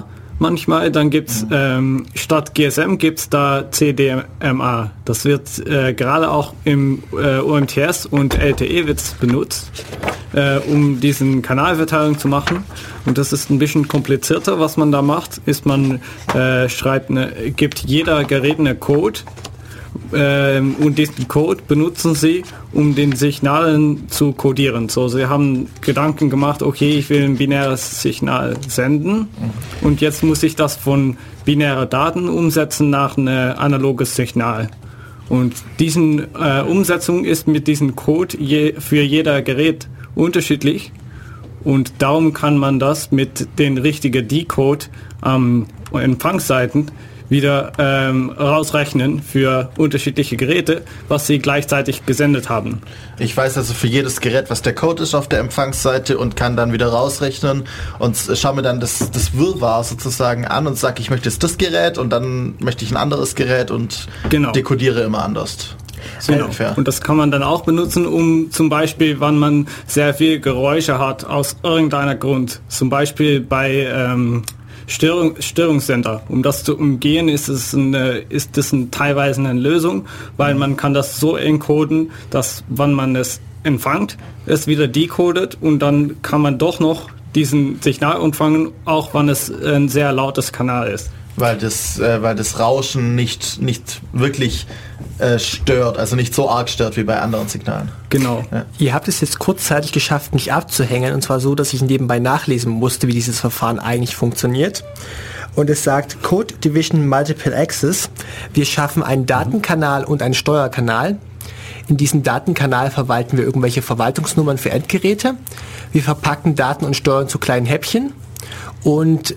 manchmal. Dann gibt's statt GSM gibt's da CDMA. Das wird gerade auch im UMTS und LTE wird's benutzt, um diesen Kanalverteilung zu machen. Und das ist ein bisschen komplizierter. Was man da macht, ist man gibt jeder Gerät eine Code. Und diesen Code benutzen sie, um den Signalen zu codieren. So, sie haben Gedanken gemacht, okay, ich will ein binäres Signal senden und jetzt muss ich das von binären Daten umsetzen nach ein analoges Signal. Und diese Umsetzung ist mit diesem Code für jeder Gerät unterschiedlich und darum kann man das mit den richtigen Decode am Empfangsseiten wieder rausrechnen für unterschiedliche Geräte, was sie gleichzeitig gesendet haben. Ich weiß also für jedes Gerät, was der Code ist auf der Empfangsseite und kann dann wieder rausrechnen und schaue mir dann das Wirrwarr sozusagen an und sage, ich möchte jetzt das Gerät und dann möchte ich ein anderes Gerät und dekodiere immer anders. So ungefähr. Und das kann man dann auch benutzen, um zum Beispiel, wann man sehr viel Geräusche hat aus irgendeiner Grund, zum Beispiel bei Störungssender. Um das zu umgehen, ist das teilweise eine Lösung, weil man kann das so encoden, dass, wann man es empfängt, es wieder decodet und dann kann man doch noch diesen Signal empfangen, auch wenn es ein sehr lautes Kanal ist. Weil das Rauschen nicht wirklich stört, also nicht so arg stört wie bei anderen Signalen. Genau. Ja. Ihr habt es jetzt kurzzeitig geschafft, mich abzuhängen, und zwar so, dass ich nebenbei nachlesen musste, wie dieses Verfahren eigentlich funktioniert. Und es sagt Code Division Multiple Access. Wir schaffen einen Datenkanal und einen Steuerkanal. In diesem Datenkanal verwalten wir irgendwelche Verwaltungsnummern für Endgeräte. Wir verpacken Daten und steuern zu kleinen Häppchen und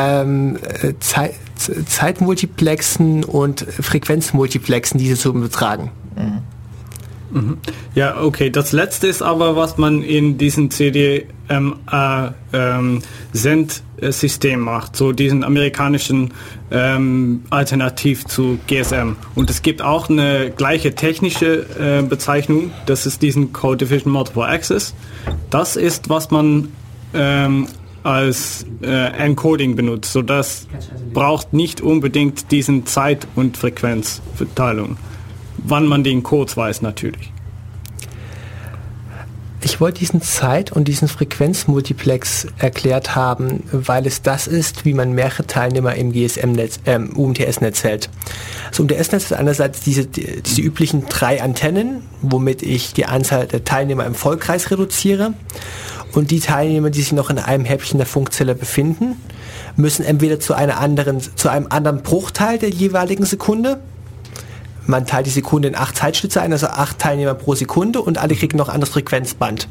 Zeitmultiplexen und Frequenzmultiplexen, diese zu übertragen. Mhm. Ja, okay. Das letzte ist aber, was man in diesem CDMA-Sendsystem macht, so diesen amerikanischen Alternativ zu GSM. Und es gibt auch eine gleiche technische Bezeichnung, das ist diesen Code Division Multiple Access. Das ist, was man als Encoding benutzt, so das braucht nicht unbedingt diesen Zeit- und Frequenzverteilung, wann man den Codes weiß natürlich. Ich wollte diesen Zeit- und diesen Frequenzmultiplex erklärt haben, weil es das ist, wie man mehrere Teilnehmer im GSM-Netz, UMTS-Netz hält. Das UMTS-Netz ist einerseits diese üblichen 3 Antennen, womit ich die Anzahl der Teilnehmer im Vollkreis reduziere. Und die Teilnehmer, die sich noch in einem Häppchen der Funkzelle befinden, müssen entweder zu einem anderen Bruchteil der jeweiligen Sekunde. Man teilt die Sekunde in 8 Zeitschlitze ein, also 8 Teilnehmer pro Sekunde und alle kriegen noch ein anderes Frequenzband.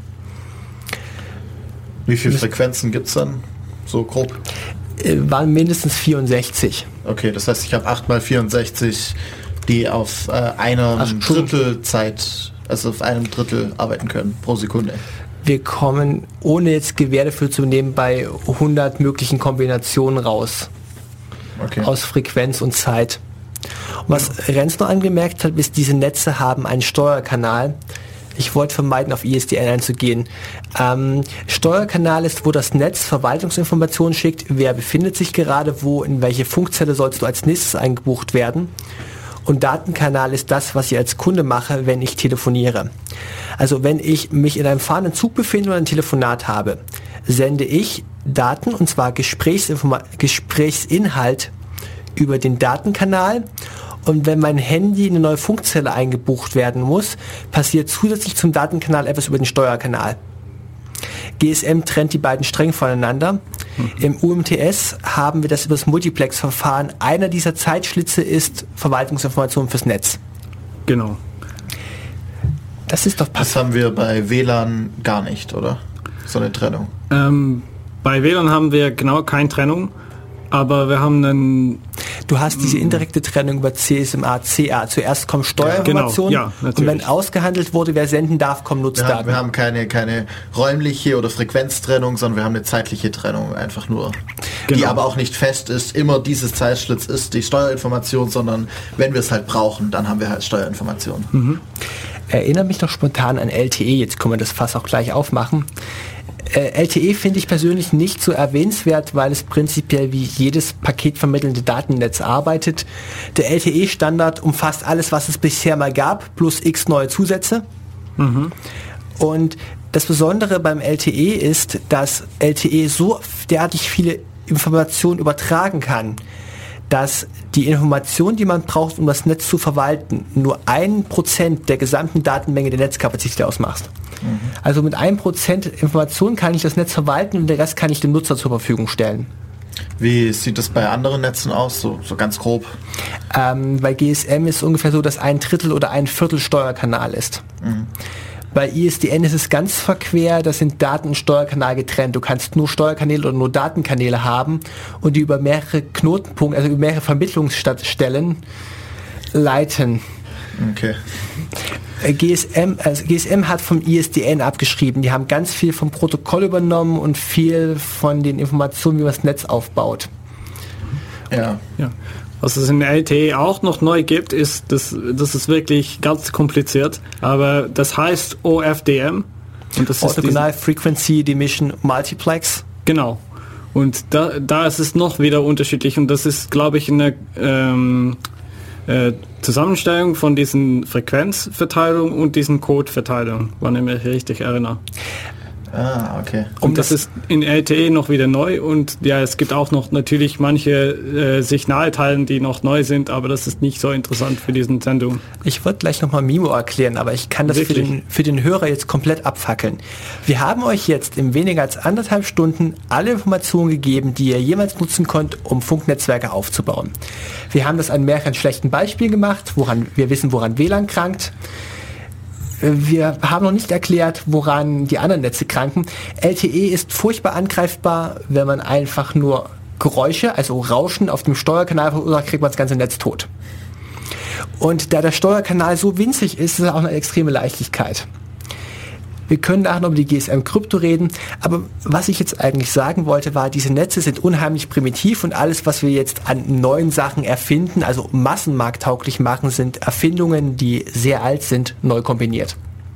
Wie viele Frequenzen gibt es dann? So grob? Waren mindestens 64. Okay, das heißt, ich habe 8 mal 64, die auf einem Drittel Zeit, also auf einem Drittel arbeiten können pro Sekunde. Wir kommen, ohne jetzt Gewähr dafür zu nehmen, bei 100 möglichen Kombinationen raus. Okay. Aus Frequenz und Zeit. Und was Renz noch angemerkt hat, ist, diese Netze haben einen Steuerkanal. Ich wollte vermeiden, auf ISDN einzugehen. Steuerkanal ist, wo das Netz Verwaltungsinformationen schickt, wer befindet sich gerade wo, in welche Funkzelle sollst du als nächstes eingebucht werden. Und Datenkanal ist das, was ich als Kunde mache, wenn ich telefoniere. Also wenn ich mich in einem fahrenden Zug befinde und ein Telefonat habe, sende ich Daten, und zwar Gesprächsinhalt über den Datenkanal. Und wenn mein Handy in eine neue Funkzelle eingebucht werden muss, passiert zusätzlich zum Datenkanal etwas über den Steuerkanal. GSM trennt die beiden streng voneinander. Im UMTS haben wir das über das Multiplex-Verfahren. Einer dieser Zeitschlitze ist Verwaltungsinformation fürs Netz. Genau. Das ist doch passend. Das haben wir bei WLAN gar nicht, oder? So eine Trennung. Bei WLAN haben wir genau keine Trennung, aber wir haben einen... Du hast diese indirekte Trennung über CSMA, CA. Zuerst kommt Steuerinformation, genau. Ja, und wenn ausgehandelt wurde, wer senden darf, kommen Nutzdaten. Wir haben keine räumliche oder Frequenztrennung, sondern wir haben eine zeitliche Trennung, einfach nur. Genau. Die aber auch nicht fest ist, immer dieses Zeitschlitz ist die Steuerinformation, sondern wenn wir es halt brauchen, dann haben wir halt Steuerinformation. Mhm. Erinnere mich noch spontan an LTE, jetzt können wir das Fass auch gleich aufmachen. LTE finde ich persönlich nicht so erwähnenswert, weil es prinzipiell wie jedes paketvermittelnde Datennetz arbeitet. Der LTE-Standard umfasst alles, was es bisher mal gab, plus x neue Zusätze. Und das Besondere beim LTE ist, dass LTE so derartig viele Informationen übertragen kann, dass die Information, die man braucht, um das Netz zu verwalten, nur 1% der gesamten Datenmenge der Netzkapazität ausmacht. Also mit 1% Information kann ich das Netz verwalten und der Rest kann ich dem Nutzer zur Verfügung stellen. Wie sieht das bei anderen Netzen aus, so ganz grob? Bei GSM ist es ungefähr so, dass 1/3 oder 1/4 Steuerkanal ist. Bei ISDN ist es ganz verquer, das sind Daten und Steuerkanal getrennt. Du kannst nur Steuerkanäle oder nur Datenkanäle haben und die über mehrere Knotenpunkte, also über mehrere Vermittlungsstellen leiten. Okay. GSM hat vom ISDN abgeschrieben. Die haben ganz viel vom Protokoll übernommen und viel von den Informationen, wie man das Netz aufbaut. Ja. Was es in LTE auch noch neu gibt, ist, das ist wirklich ganz kompliziert, aber das heißt OFDM. Und das Orthogonal Frequency Division Multiplex. Genau. Und da ist es noch wieder unterschiedlich und das ist, glaube ich, eine Zusammenstellung von diesen Frequenzverteilung und diesen Codeverteilung, wenn ich mich richtig erinnere. Okay. Und das ist in LTE noch wieder neu und ja, es gibt auch noch natürlich manche Signalteilen, die noch neu sind, aber das ist nicht so interessant für diesen Sendung. Ich wollte gleich nochmal MIMO erklären, aber ich kann das für den Hörer jetzt komplett abfackeln. Wir haben euch jetzt in weniger als 1,5 Stunden alle Informationen gegeben, die ihr jemals nutzen könnt, um Funknetzwerke aufzubauen. Wir haben das an mehreren schlechten Beispielen gemacht, woran wir wissen, woran WLAN krankt. Wir haben noch nicht erklärt, woran die anderen Netze kranken. LTE ist furchtbar angreifbar, wenn man einfach nur Geräusche, also Rauschen auf dem Steuerkanal verursacht, kriegt man das ganze Netz tot. Und da der Steuerkanal so winzig ist, ist es auch eine extreme Leichtigkeit. Wir können nachher noch über die GSM-Krypto reden, aber was ich jetzt eigentlich sagen wollte, war, diese Netze sind unheimlich primitiv und alles, was wir jetzt an neuen Sachen erfinden, also massenmarkttauglich machen, sind Erfindungen, die sehr alt sind, neu kombiniert.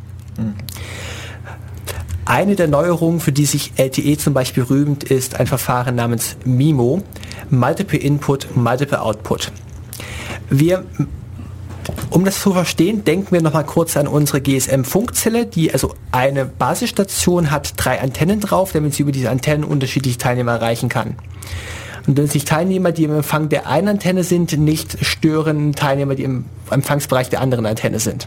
Eine der Neuerungen, für die sich LTE zum Beispiel rühmt, ist ein Verfahren namens MIMO, Multiple Input, Multiple Output. Um das zu verstehen, denken wir nochmal kurz an unsere GSM-Funkzelle, die also eine Basisstation hat, 3 Antennen drauf, damit sie über diese Antennen unterschiedliche Teilnehmer erreichen kann. Und wenn sich Teilnehmer, die im Empfang der einen Antenne sind, nicht stören Teilnehmer, die im Empfangsbereich der anderen Antenne sind.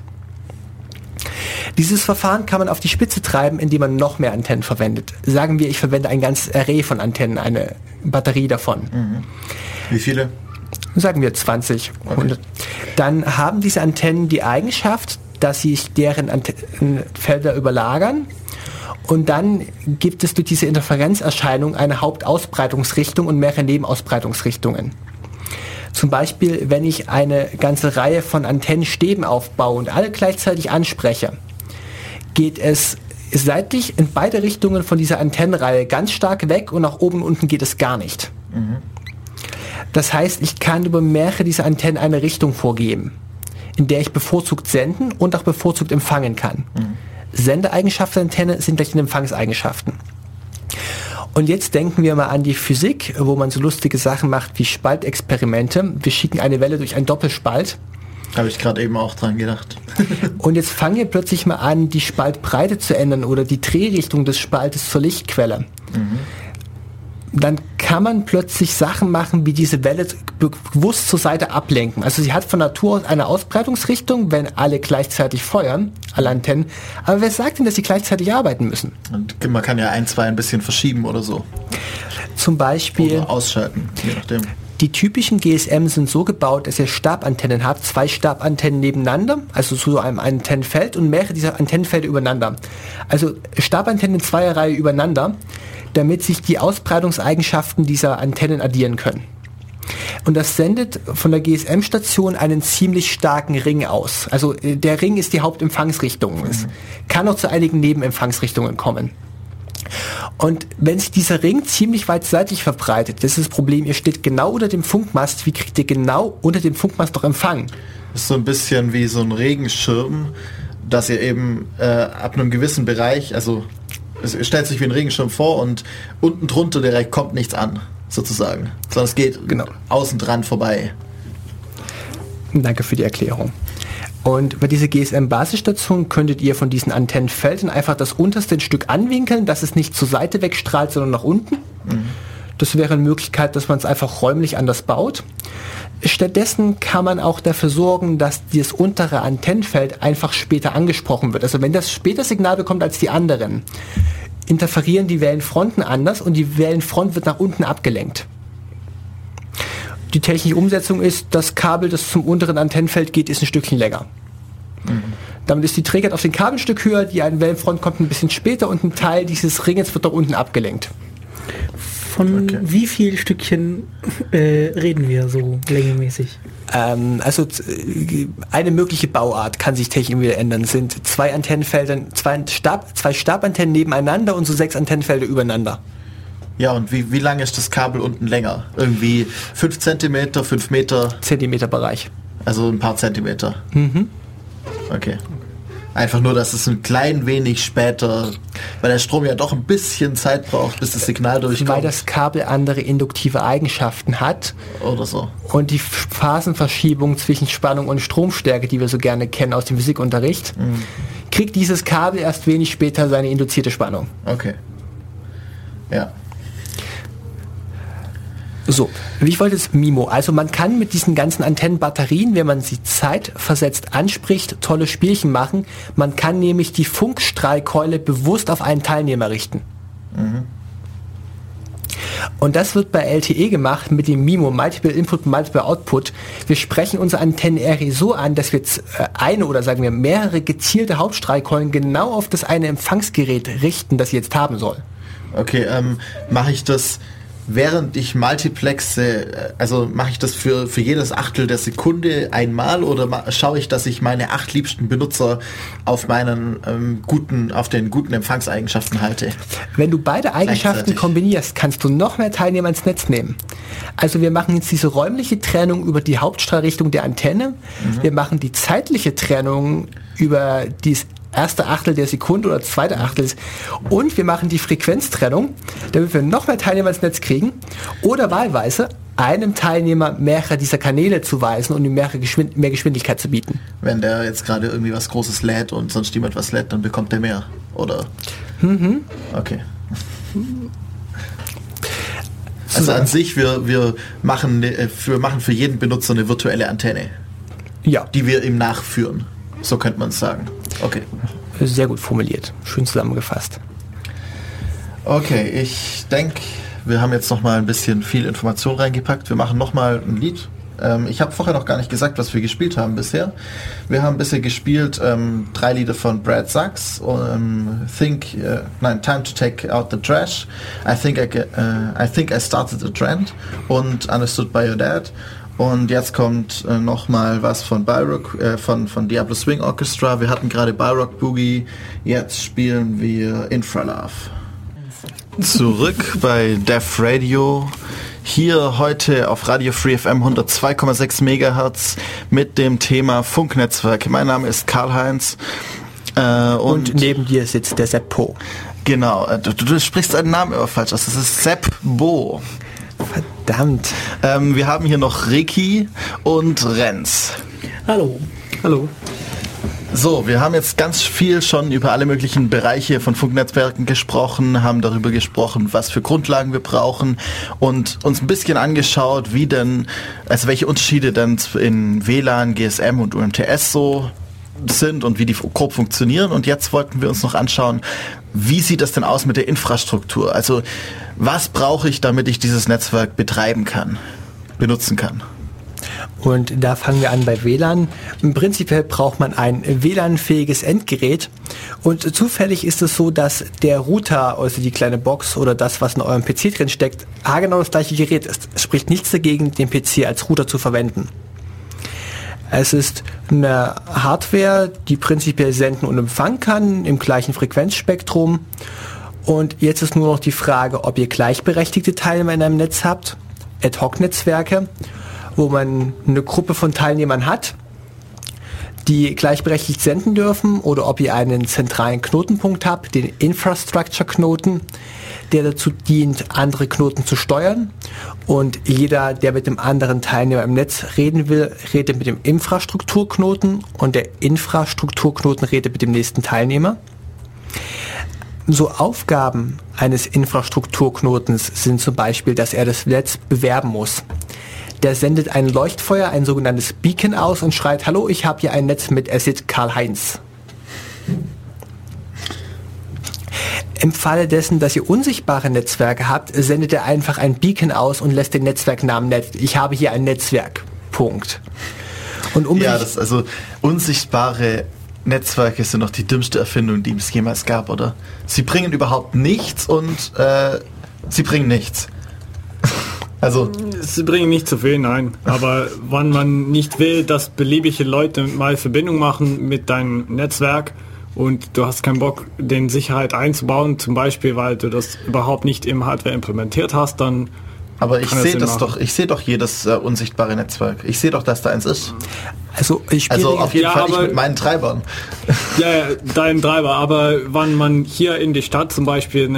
Dieses Verfahren kann man auf die Spitze treiben, indem man noch mehr Antennen verwendet. Sagen wir, ich verwende ein ganzes Array von Antennen, eine Batterie davon. Wie viele? Sagen wir 20, 100. Dann haben diese Antennen die Eigenschaft, dass sich deren Felder überlagern und dann gibt es durch diese Interferenzerscheinung eine Hauptausbreitungsrichtung und mehrere Nebenausbreitungsrichtungen. Zum Beispiel, wenn ich eine ganze Reihe von Antennenstäben aufbaue und alle gleichzeitig anspreche, geht es seitlich in beide Richtungen von dieser Antennenreihe ganz stark weg und nach oben und unten geht es gar nicht. Das heißt, ich kann über mehrere dieser Antennen eine Richtung vorgeben, in der ich bevorzugt senden und auch bevorzugt empfangen kann. Sendeeigenschaften der Antenne sind gleich den Empfangseigenschaften. Und jetzt denken wir mal an die Physik, wo man so lustige Sachen macht wie Spaltexperimente. Wir schicken eine Welle durch einen Doppelspalt. Habe ich gerade eben auch dran gedacht. Und jetzt fangen wir plötzlich mal an, die Spaltbreite zu ändern oder die Drehrichtung des Spaltes zur Lichtquelle. Dann kann man plötzlich Sachen machen, wie diese Welle bewusst zur Seite ablenken. Also sie hat von Natur aus eine Ausbreitungsrichtung, wenn alle gleichzeitig feuern, alle Antennen. Aber wer sagt denn, dass sie gleichzeitig arbeiten müssen? Und man kann ja 1, 2 ein bisschen verschieben oder so. Zum Beispiel oder ausschalten, je nachdem. Die typischen GSM sind so gebaut, dass ihr Stabantennen habt, 2 Stabantennen nebeneinander, also zu so einem Antennenfeld und mehrere dieser Antennenfelder übereinander. Also Stabantennen in Zweierreihe übereinander, damit sich die Ausbreitungseigenschaften dieser Antennen addieren können. Und das sendet von der GSM-Station einen ziemlich starken Ring aus. Also der Ring ist die Hauptempfangsrichtung. Es kann auch zu einigen Nebenempfangsrichtungen kommen. Und wenn sich dieser Ring ziemlich weit seitlich verbreitet, das ist das Problem, ihr steht genau unter dem Funkmast, wie kriegt ihr genau unter dem Funkmast doch Empfang? Das ist so ein bisschen wie so ein Regenschirm, dass ihr eben ab einem gewissen Bereich, also es stellt sich wie ein Regenschirm vor und unten drunter direkt kommt nichts an, sozusagen. Sondern es geht außen dran vorbei. Danke für die Erklärung. Und bei dieser GSM-Basisstation könntet ihr von diesen Antennenfeldern einfach das unterste Stück anwinkeln, dass es nicht zur Seite wegstrahlt, sondern nach unten. Das wäre eine Möglichkeit, dass man es einfach räumlich anders baut. Stattdessen kann man auch dafür sorgen, dass dieses untere Antennenfeld einfach später angesprochen wird. Also wenn das später Signal bekommt als die anderen, interferieren die Wellenfronten anders und die Wellenfront wird nach unten abgelenkt. Die technische Umsetzung ist, das Kabel, das zum unteren Antennenfeld geht, ist ein Stückchen länger. Damit ist die Trägheit auf dem Kabel ein Stück höher, die Wellenfront kommt ein bisschen später und ein Teil dieses Ringes wird da unten abgelenkt. Von wie viel Stückchen reden wir so längemäßig? Also eine mögliche Bauart kann sich technisch wieder ändern. Sind 2 Antennenfelder, 2 Stabantennen nebeneinander und so 6 Antennenfelder übereinander. Ja, und wie lang ist das Kabel unten länger? Irgendwie 5 cm, 5 Meter? Zentimeterbereich. Also ein paar Zentimeter. Okay. Einfach nur, dass es ein klein wenig später, weil der Strom ja doch ein bisschen Zeit braucht, bis das Signal durchkommt. Weil das Kabel andere induktive Eigenschaften hat. Oder so. Und die Phasenverschiebung zwischen Spannung und Stromstärke, die wir so gerne kennen aus dem Physikunterricht, kriegt dieses Kabel erst wenig später seine induzierte Spannung. Okay. Ja. So, wie ich wollte es MIMO. Also man kann mit diesen ganzen Antennenbatterien, wenn man sie zeitversetzt anspricht, tolle Spielchen machen. Man kann nämlich die Funkstrahlkeule bewusst auf einen Teilnehmer richten. Und das wird bei LTE gemacht mit dem MIMO, Multiple Input, Multiple Output. Wir sprechen unsere Antennen-RE so an, dass wir eine oder sagen wir mehrere gezielte Hauptstrahlkeulen genau auf das eine Empfangsgerät richten, das sie jetzt haben soll. Okay, mache ich das... Während ich multiplexe, also mache ich das für jedes Achtel der Sekunde einmal oder schaue ich, dass ich meine 8 liebsten Benutzer auf meinen auf den guten Empfangseigenschaften halte? Wenn du beide Eigenschaften kombinierst, kannst du noch mehr Teilnehmer ins Netz nehmen. Also wir machen jetzt diese räumliche Trennung über die Hauptstrahlrichtung der Antenne. Wir machen die zeitliche Trennung über die erste Achtel der Sekunde oder zweite Achtel und wir machen die Frequenztrennung, damit wir noch mehr Teilnehmer ins Netz kriegen oder wahlweise einem Teilnehmer mehrere dieser Kanäle zu weisen und ihm mehr Geschwindigkeit zu bieten. Wenn der jetzt gerade irgendwie was Großes lädt und sonst jemand was lädt, dann bekommt der mehr, oder? Okay. Also an sich, wir machen für jeden Benutzer eine virtuelle Antenne, die wir ihm nachführen. So könnte man es sagen. Okay. Sehr gut formuliert. Schön zusammengefasst. Okay, ich denke, wir haben jetzt noch mal ein bisschen viel Information reingepackt. Wir machen noch mal ein Lied. Ich habe vorher noch gar nicht gesagt, was wir gespielt haben bisher. Wir haben bisher gespielt 3 Lieder von Brad Sachs. Time to Take Out the Trash. I think I Started a Trend und Understood by Your Dad. Und jetzt kommt nochmal was von Balrock, von Diablo Swing Orchestra. Wir hatten gerade Balrock Boogie, jetzt spielen wir Infralove. Zurück bei Def Radio. Hier heute auf Radio Free FM 102,6 MHz mit dem Thema Funknetzwerk. Mein Name ist Karl-Heinz. Und neben dir sitzt der Sepp Po. Genau, du sprichst seinen Namen immer falsch aus. Das ist Sepp Bo. Verdammt. Wir haben hier noch Ricky und Renz. Hallo. Hallo. So, wir haben jetzt ganz viel schon über alle möglichen Bereiche von Funknetzwerken gesprochen, haben darüber gesprochen, was für Grundlagen wir brauchen und uns ein bisschen angeschaut, welche Unterschiede denn in WLAN, GSM und UMTS so sind und wie die grob funktionieren. Und jetzt wollten wir uns noch anschauen, wie sieht das denn aus mit der Infrastruktur? Also was brauche ich, damit ich dieses Netzwerk benutzen kann? Und da fangen wir an bei WLAN. Prinzipiell braucht man ein WLAN-fähiges Endgerät. Und zufällig ist es so, dass der Router, also die kleine Box oder das, was in eurem PC drin steckt, genau das gleiche Gerät ist. Es spricht nichts dagegen, den PC als Router zu verwenden. Es ist eine Hardware, die prinzipiell senden und empfangen kann im gleichen Frequenzspektrum. Und jetzt ist nur noch die Frage, ob ihr gleichberechtigte Teilnehmer in einem Netz habt, Ad-Hoc-Netzwerke, wo man eine Gruppe von Teilnehmern hat, die gleichberechtigt senden dürfen oder ob ihr einen zentralen Knotenpunkt habt, den Infrastructure-Knoten, der dazu dient, andere Knoten zu steuern. Und jeder, der mit dem anderen Teilnehmer im Netz reden will, redet mit dem Infrastrukturknoten und der Infrastrukturknoten redet mit dem nächsten Teilnehmer. So Aufgaben eines Infrastrukturknotens sind zum Beispiel, dass er das Netz bewerben muss. Der sendet ein Leuchtfeuer, ein sogenanntes Beacon aus und schreit: Hallo, ich habe hier ein Netz mit Acid Karl-Heinz. Im Falle dessen, dass ihr unsichtbare Netzwerke habt, sendet er einfach ein Beacon aus und lässt den Netzwerknamen Netz. Ich habe hier ein Netzwerk. Punkt. Und also unsichtbare Netzwerke sind doch die dümmste Erfindung, die es jemals gab, oder? Sie bringen überhaupt nichts und sie bringen nichts. Also sie bringen nicht zu viel, nein. Aber wenn man nicht will, dass beliebige Leute mal Verbindung machen mit deinem Netzwerk und du hast keinen Bock, den Sicherheit einzubauen, zum Beispiel, weil du das überhaupt nicht im Hardware implementiert hast, dann... Aber ich sehe das doch, ich sehe doch jedes unsichtbare Netzwerk. Ich sehe doch, dass da eins ist. Also auf jeden Fall nicht mit meinen Treibern. Ja, deinen Treiber. Aber wenn man hier in der Stadt zum Beispiel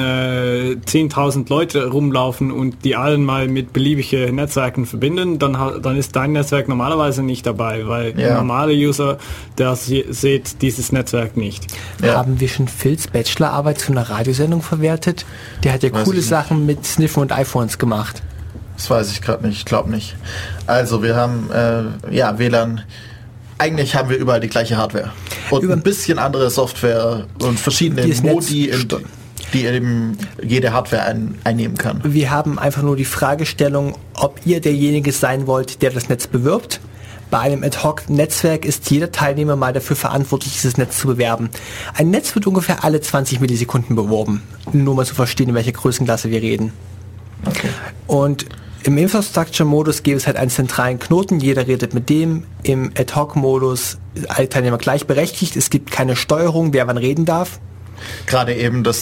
10.000 Leute rumlaufen und die allen mal mit beliebigen Netzwerken verbinden, dann ist dein Netzwerk normalerweise nicht dabei, weil der normale User, der sieht dieses Netzwerk nicht. Ja. Haben wir schon Phils Bachelorarbeit zu einer Radiosendung verwertet? Der hat ja coole Sachen mit Sniffen und iPhones gemacht. Das weiß ich gerade nicht, ich glaube nicht. Also wir haben WLAN. Eigentlich haben wir überall die gleiche Hardware. Und ein bisschen andere Software und verschiedene Modi, die eben jede Hardware einnehmen kann. Wir haben einfach nur die Fragestellung, ob ihr derjenige sein wollt, der das Netz bewirbt. Bei einem Ad-Hoc-Netzwerk ist jeder Teilnehmer mal dafür verantwortlich, dieses Netz zu bewerben. Ein Netz wird ungefähr alle 20 Millisekunden beworben. Nur mal zu verstehen, in welcher Größenklasse wir reden. Okay. Und im Infrastructure-Modus gibt es halt einen zentralen Knoten, jeder redet mit dem. Im Ad-Hoc-Modus alle Teilnehmer gleichberechtigt, es gibt keine Steuerung, wer wann reden darf. Gerade eben das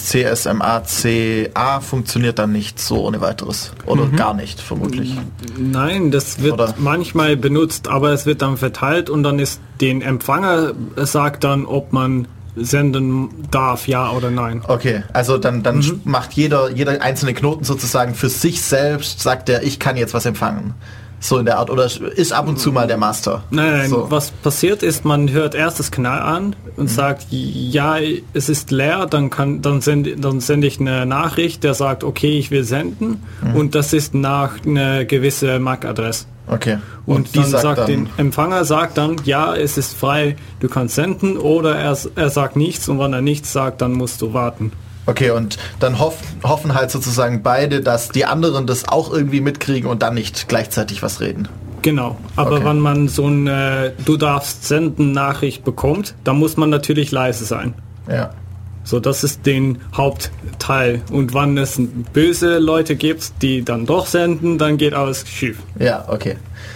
CSMA-CA funktioniert dann nicht so ohne weiteres. Oder gar nicht, vermutlich. Nein, das wird manchmal benutzt, aber es wird dann verteilt und dann ist den Empfänger sagt dann, ob man senden darf, ja oder nein. Okay, also dann macht jeder einzelne Knoten sozusagen für sich selbst, sagt er, ich kann jetzt was empfangen. So in der Art, oder ist ab und zu mal der Master. Nein, so. Was passiert ist, man hört erst das Kanal an und sagt, ja, es ist leer, dann sende ich eine Nachricht, der sagt, okay, ich will senden und das ist nach einer gewissen MAC-Adresse. Okay. Und dann sagt den Empfänger sagt dann, ja, es ist frei, du kannst senden, oder er sagt nichts und wenn er nichts sagt, dann musst du warten. Okay, und dann hoffen halt sozusagen beide, dass die anderen das auch irgendwie mitkriegen und dann nicht gleichzeitig was reden. Genau, aber wenn man so eine du darfst senden Nachricht bekommt, dann muss man natürlich leise sein. Ja. So, das ist den Hauptteil. Und wenn es böse Leute gibt, die dann doch senden, dann geht alles schief. Ja, okay.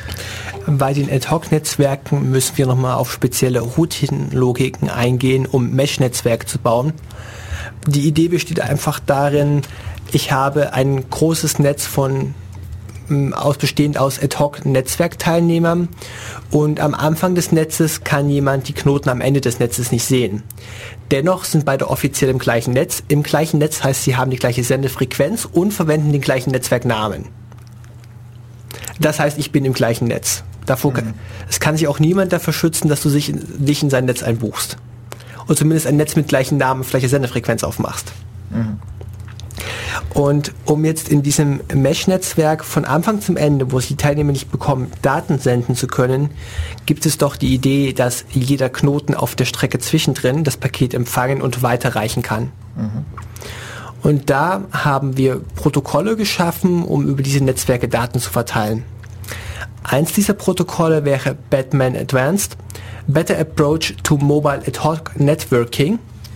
Bei den Ad-Hoc-Netzwerken müssen wir nochmal auf spezielle Routing-Logiken eingehen, um Mesh-Netzwerke zu bauen. Die Idee besteht einfach darin, ich habe ein großes Netz bestehend aus Ad-Hoc-Netzwerkteilnehmern und am Anfang des Netzes kann jemand die Knoten am Ende des Netzes nicht sehen. Dennoch sind beide offiziell im gleichen Netz. Im gleichen Netz heißt, sie haben die gleiche Sendefrequenz und verwenden den gleichen Netzwerknamen. Das heißt, ich bin im gleichen Netz. Es kann sich auch niemand dafür schützen, dass du dich in sein Netz einbuchst. Und zumindest ein Netz mit gleichen Namen, gleicher Sendefrequenz aufmachst. Und um jetzt in diesem Mesh-Netzwerk von Anfang zum Ende, wo es die Teilnehmer nicht bekommen, Daten senden zu können, gibt es doch die Idee, dass jeder Knoten auf der Strecke zwischendrin das Paket empfangen und weiterreichen kann. Und da haben wir Protokolle geschaffen, um über diese Netzwerke Daten zu verteilen. Eins dieser Protokolle wäre Batman Advanced, Better Approach to Mobile Ad-Hoc Networking.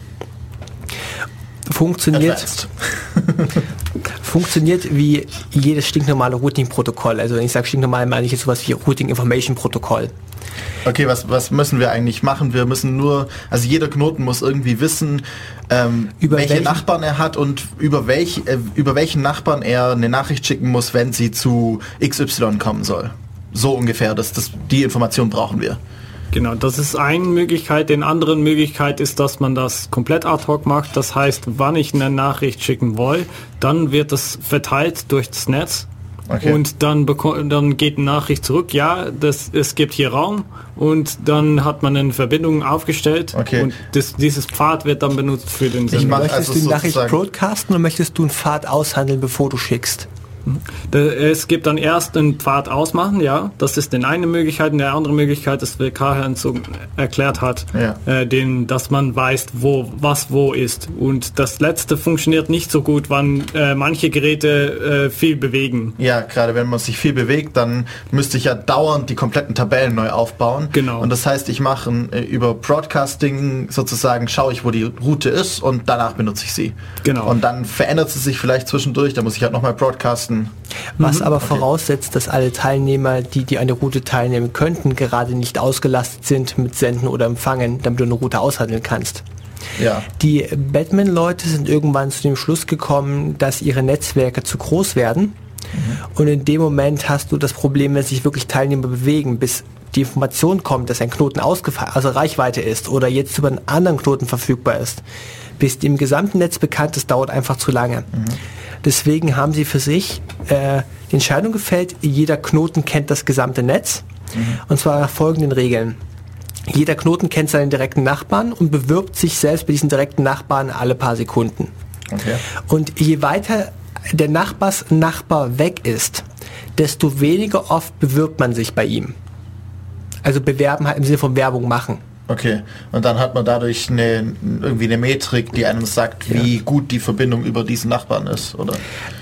Funktioniert wie jedes stinknormale Routing-Protokoll. Also wenn ich sage stinknormal, meine ich jetzt sowas wie Routing-Information-Protokoll. Okay, was müssen wir eigentlich machen? Wir müssen also jeder Knoten muss irgendwie wissen, welche Nachbarn er hat und über welchen Nachbarn er eine Nachricht schicken muss, wenn sie zu XY kommen soll. So ungefähr, die Information brauchen wir. Genau, das ist eine Möglichkeit. Die andere Möglichkeit ist, dass man das komplett ad hoc macht. Das heißt, wann ich eine Nachricht schicken will, dann wird es verteilt durch das Netz. Okay. Und dann geht eine Nachricht zurück, ja, es gibt hier Raum, und dann hat man eine Verbindung aufgestellt, und dieses Pfad wird dann benutzt für den Sender. Möchtest du die Nachricht broadcasten oder möchtest du einen Pfad aushandeln, bevor du schickst? Es gibt dann erst einen Pfad ausmachen, ja, das ist die eine Möglichkeit, und die andere Möglichkeit ist, wie Karl so erklärt hat, dass man weiß, was wo ist. Und das letzte funktioniert nicht so gut, wenn manche Geräte viel bewegen. Ja, gerade wenn man sich viel bewegt, dann müsste ich ja dauernd die kompletten Tabellen neu aufbauen. Genau. Und das heißt, ich mache über Broadcasting sozusagen, schaue ich, wo die Route ist, und danach benutze ich sie. Genau. Und dann verändert sie sich vielleicht zwischendurch, da muss ich halt nochmal broadcasten. Was aber voraussetzt, dass alle Teilnehmer, die eine Route teilnehmen könnten, gerade nicht ausgelastet sind mit Senden oder Empfangen, damit du eine Route aushandeln kannst. Ja. Die Batman-Leute sind irgendwann zu dem Schluss gekommen, dass ihre Netzwerke zu groß werden. Und in dem Moment hast du das Problem, wenn sich wirklich Teilnehmer bewegen, bis die Information kommt, dass ein Knoten also Reichweite ist oder jetzt über einen anderen Knoten verfügbar ist. Bis die im gesamten Netz bekannt ist, dauert einfach zu lange. Deswegen haben sie für sich die Entscheidung gefällt, jeder Knoten kennt das gesamte Netz. Und zwar nach folgenden Regeln. Jeder Knoten kennt seinen direkten Nachbarn und bewirbt sich selbst bei diesen direkten Nachbarn alle paar Sekunden. Okay. Und je weiter der Nachbar weg ist, desto weniger oft bewirbt man sich bei ihm. Also bewerben halt im Sinne von Werbung machen. Okay, und dann hat man dadurch irgendwie eine Metrik, die einem sagt, wie gut die Verbindung über diesen Nachbarn ist, oder?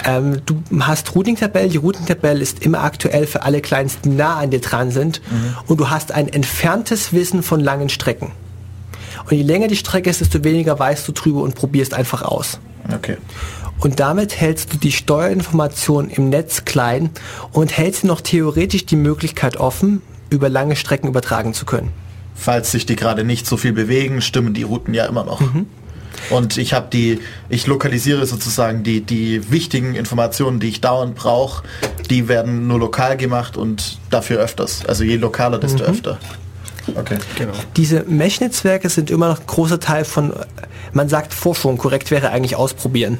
Du hast Routing-Tabelle. Die Routing-Tabelle ist immer aktuell für alle Clients, die nah an dir dran sind. Und du hast ein entferntes Wissen von langen Strecken. Und je länger die Strecke ist, desto weniger weißt du drüber und probierst einfach aus. Okay. Und damit hältst du die Steuerinformation im Netz klein und hältst noch theoretisch die Möglichkeit offen, über lange Strecken übertragen zu können. Falls sich die gerade nicht so viel bewegen, stimmen die Routen ja immer noch. Und ich lokalisiere sozusagen die wichtigen Informationen, die ich dauernd brauche, die werden nur lokal gemacht und dafür öfters. Also je lokaler, desto öfter. Okay, genau. Diese Mesh-Netzwerke sind immer noch ein großer Teil von, man sagt Forschung, korrekt wäre eigentlich ausprobieren.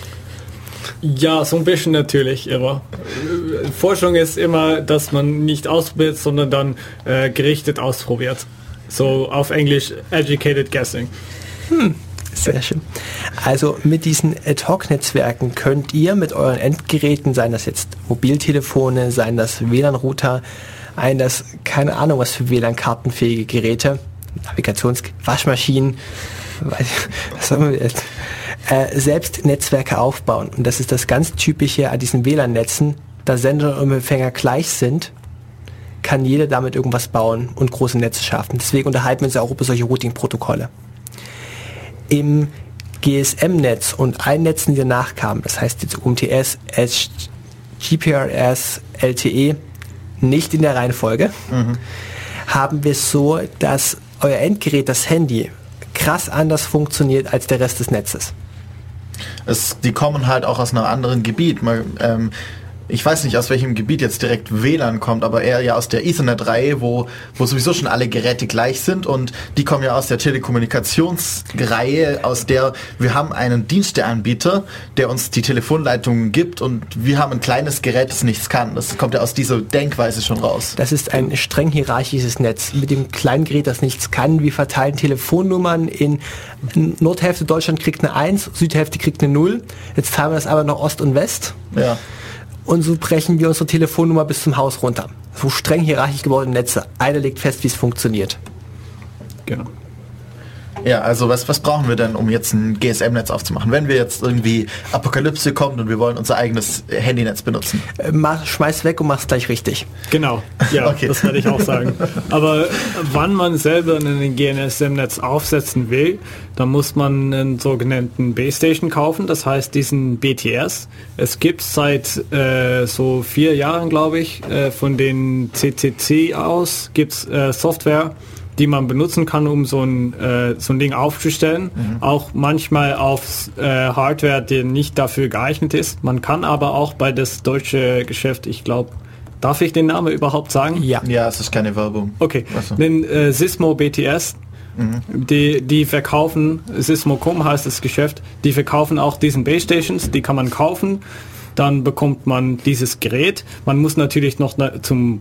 Ja, so ein bisschen natürlich, aber Forschung ist immer, dass man nicht ausprobiert, sondern dann gerichtet ausprobiert. So auf Englisch educated guessing. Sehr schön. Also mit diesen Ad-Hoc-Netzwerken könnt ihr mit euren Endgeräten, seien das jetzt Mobiltelefone, seien das WLAN-Router, keine Ahnung was für WLAN-kartenfähige Geräte, Waschmaschinen, was haben wir jetzt? Selbst Netzwerke aufbauen. Und das ist das ganz Typische an diesen WLAN-Netzen, da Sender und Empfänger gleich sind, kann jeder damit irgendwas bauen und große Netze schaffen. Deswegen unterhalten wir uns ja auch über solche Routing-Protokolle. Im GSM-Netz und allen Netzen, die danach kamen, das heißt jetzt UMTS, GPRS, LTE, nicht in der Reihenfolge, haben wir es so, dass euer Endgerät, das Handy, krass anders funktioniert als der Rest des Netzes. Die kommen halt auch aus einem anderen Gebiet. Ich weiß nicht, aus welchem Gebiet jetzt direkt WLAN kommt, aber eher ja aus der Ethernet-Reihe, wo sowieso schon alle Geräte gleich sind, und die kommen ja aus der Telekommunikationsreihe, aus der wir haben einen Diensteanbieter, der uns die Telefonleitungen gibt, und wir haben ein kleines Gerät, das nichts kann. Das kommt ja aus dieser Denkweise schon raus. Das ist ein streng hierarchisches Netz mit dem kleinen Gerät, das nichts kann. Wir verteilen Telefonnummern in Nordhälfte Deutschland kriegt eine 1, Südhälfte kriegt eine 0. Jetzt teilen wir das aber noch Ost und West. Ja. Und so brechen wir unsere Telefonnummer bis zum Haus runter. So streng hierarchisch gebaute Netze. Einer legt fest, wie es funktioniert. Genau. Ja, also was brauchen wir denn, um jetzt ein GSM-Netz aufzumachen? Wenn wir jetzt irgendwie Apokalypse kommt und wir wollen unser eigenes Handynetz benutzen. Schmeiß weg und mach's gleich richtig. Genau, ja, okay. Das werde ich auch sagen. Aber wann man selber ein GSM-Netz aufsetzen will, dann muss man einen sogenannten Base Station kaufen, das heißt diesen BTS. Es gibt seit so 4 Jahren, glaube ich, von den CCC aus, gibt's Software, die man benutzen kann, um so ein Ding aufzustellen. Auch manchmal auf Hardware, die nicht dafür geeignet ist. Man kann aber auch bei das deutsche Geschäft, ich glaube Darf ich den Namen überhaupt sagen? Ja. Ja, es ist keine Werbung. Okay, Also. den Sysmo BTS, die verkaufen, Sysmo.com heißt das Geschäft, die verkaufen auch diesen Base Stations, die kann man kaufen. Dann bekommt man dieses Gerät. Man muss natürlich noch zum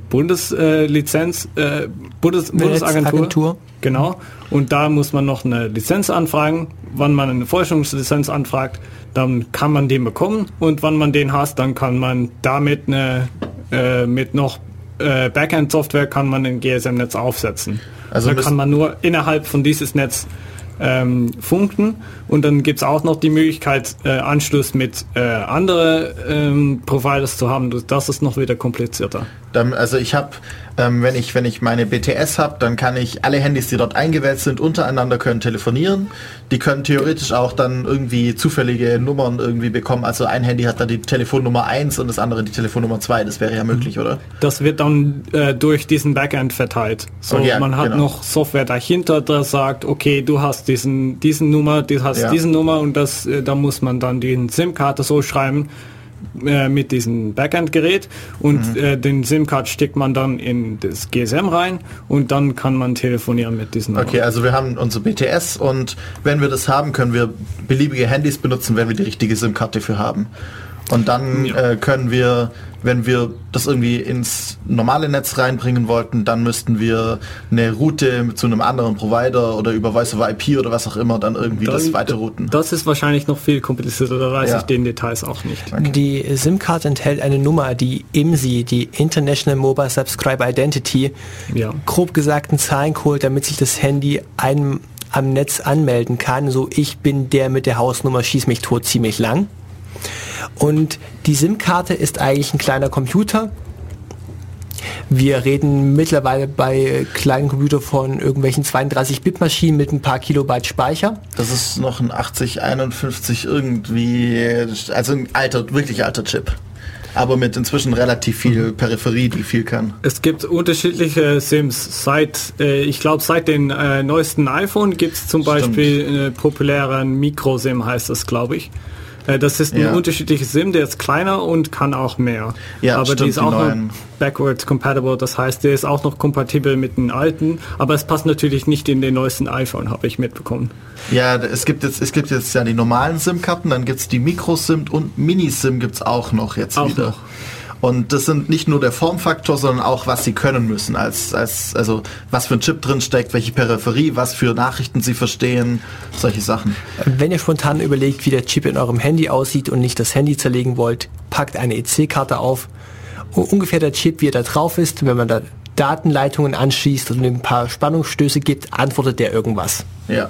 Bundesagentur. Genau. Und da muss man noch eine Lizenz anfragen. Wann man eine Forschungslizenz anfragt, dann kann man den bekommen. Und wenn man den hat, dann kann man damit mit noch Backend-Software kann man ein GSM-Netz aufsetzen. Also da kann man nur innerhalb von dieses Netz funken, und dann gibt es auch noch die Möglichkeit, Anschluss mit andere Providers zu haben. Das ist noch wieder komplizierter. Also ich habe, wenn ich meine BTS habe, dann kann ich alle Handys, die dort eingewählt sind, untereinander können telefonieren. Die können theoretisch auch dann irgendwie zufällige Nummern irgendwie bekommen. Also ein Handy hat dann die Telefonnummer 1 und das andere die Telefonnummer 2. Das wäre ja möglich, oder? Das wird dann durch diesen Backend verteilt. So, ja, man hat noch Software dahinter, das sagt, okay, du hast diesen Nummer, du hast diesen Nummer, und da muss man dann die SIM-Karte so schreiben, mit diesem Backend-Gerät, und den SIM-Card steckt man dann in das GSM rein, und dann kann man telefonieren mit diesen Nummern. Okay, also wir haben unsere BTS, und wenn wir das haben, können wir beliebige Handys benutzen, wenn wir die richtige SIM-Karte für haben. Und dann können wir, wenn wir das irgendwie ins normale Netz reinbringen wollten, dann müssten wir eine Route zu einem anderen Provider oder über Voice over IP oder was auch immer dann irgendwie das weiterrouten. Das ist wahrscheinlich noch viel komplizierter, da weiß ich den Details auch nicht. Okay. Die SIM-Karte enthält eine Nummer, die IMSI, die International Mobile Subscriber Identity, grob gesagt einen Zahlencode, damit sich das Handy einem am Netz anmelden kann. So, ich bin der mit der Hausnummer, schieß mich tot, ziemlich lang. Und die SIM-Karte ist eigentlich ein kleiner Computer. Wir reden mittlerweile bei kleinen Computern von irgendwelchen 32-Bit-Maschinen mit ein paar Kilobyte Speicher. Das ist noch ein 8051 irgendwie, also ein wirklich alter Chip. Aber mit inzwischen relativ viel Peripherie, die viel kann. Es gibt unterschiedliche SIMs. Seit den neuesten iPhone gibt es zum Beispiel einen populären Micro-SIM, heißt das, glaube ich. Das ist ein unterschiedliches SIM, der ist kleiner und kann auch mehr. Ja, aber die ist auch noch backwards compatible, das heißt, der ist auch noch kompatibel mit den alten, aber es passt natürlich nicht in den neuesten iPhone, habe ich mitbekommen. Ja, es gibt jetzt ja die normalen SIM-Karten, dann gibt es die Micro-SIM und Mini-SIM gibt es auch noch jetzt auch wieder. Noch. Und das sind nicht nur der Formfaktor, sondern auch, was sie können müssen, also was für ein Chip drin steckt, welche Peripherie, was für Nachrichten sie verstehen, solche Sachen. Wenn ihr spontan überlegt, wie der Chip in eurem Handy aussieht und nicht das Handy zerlegen wollt, packt eine EC-Karte auf. Ungefähr der Chip, wie er da drauf ist, wenn man da Datenleitungen anschließt und ein paar Spannungsstöße gibt, antwortet der irgendwas. Ja.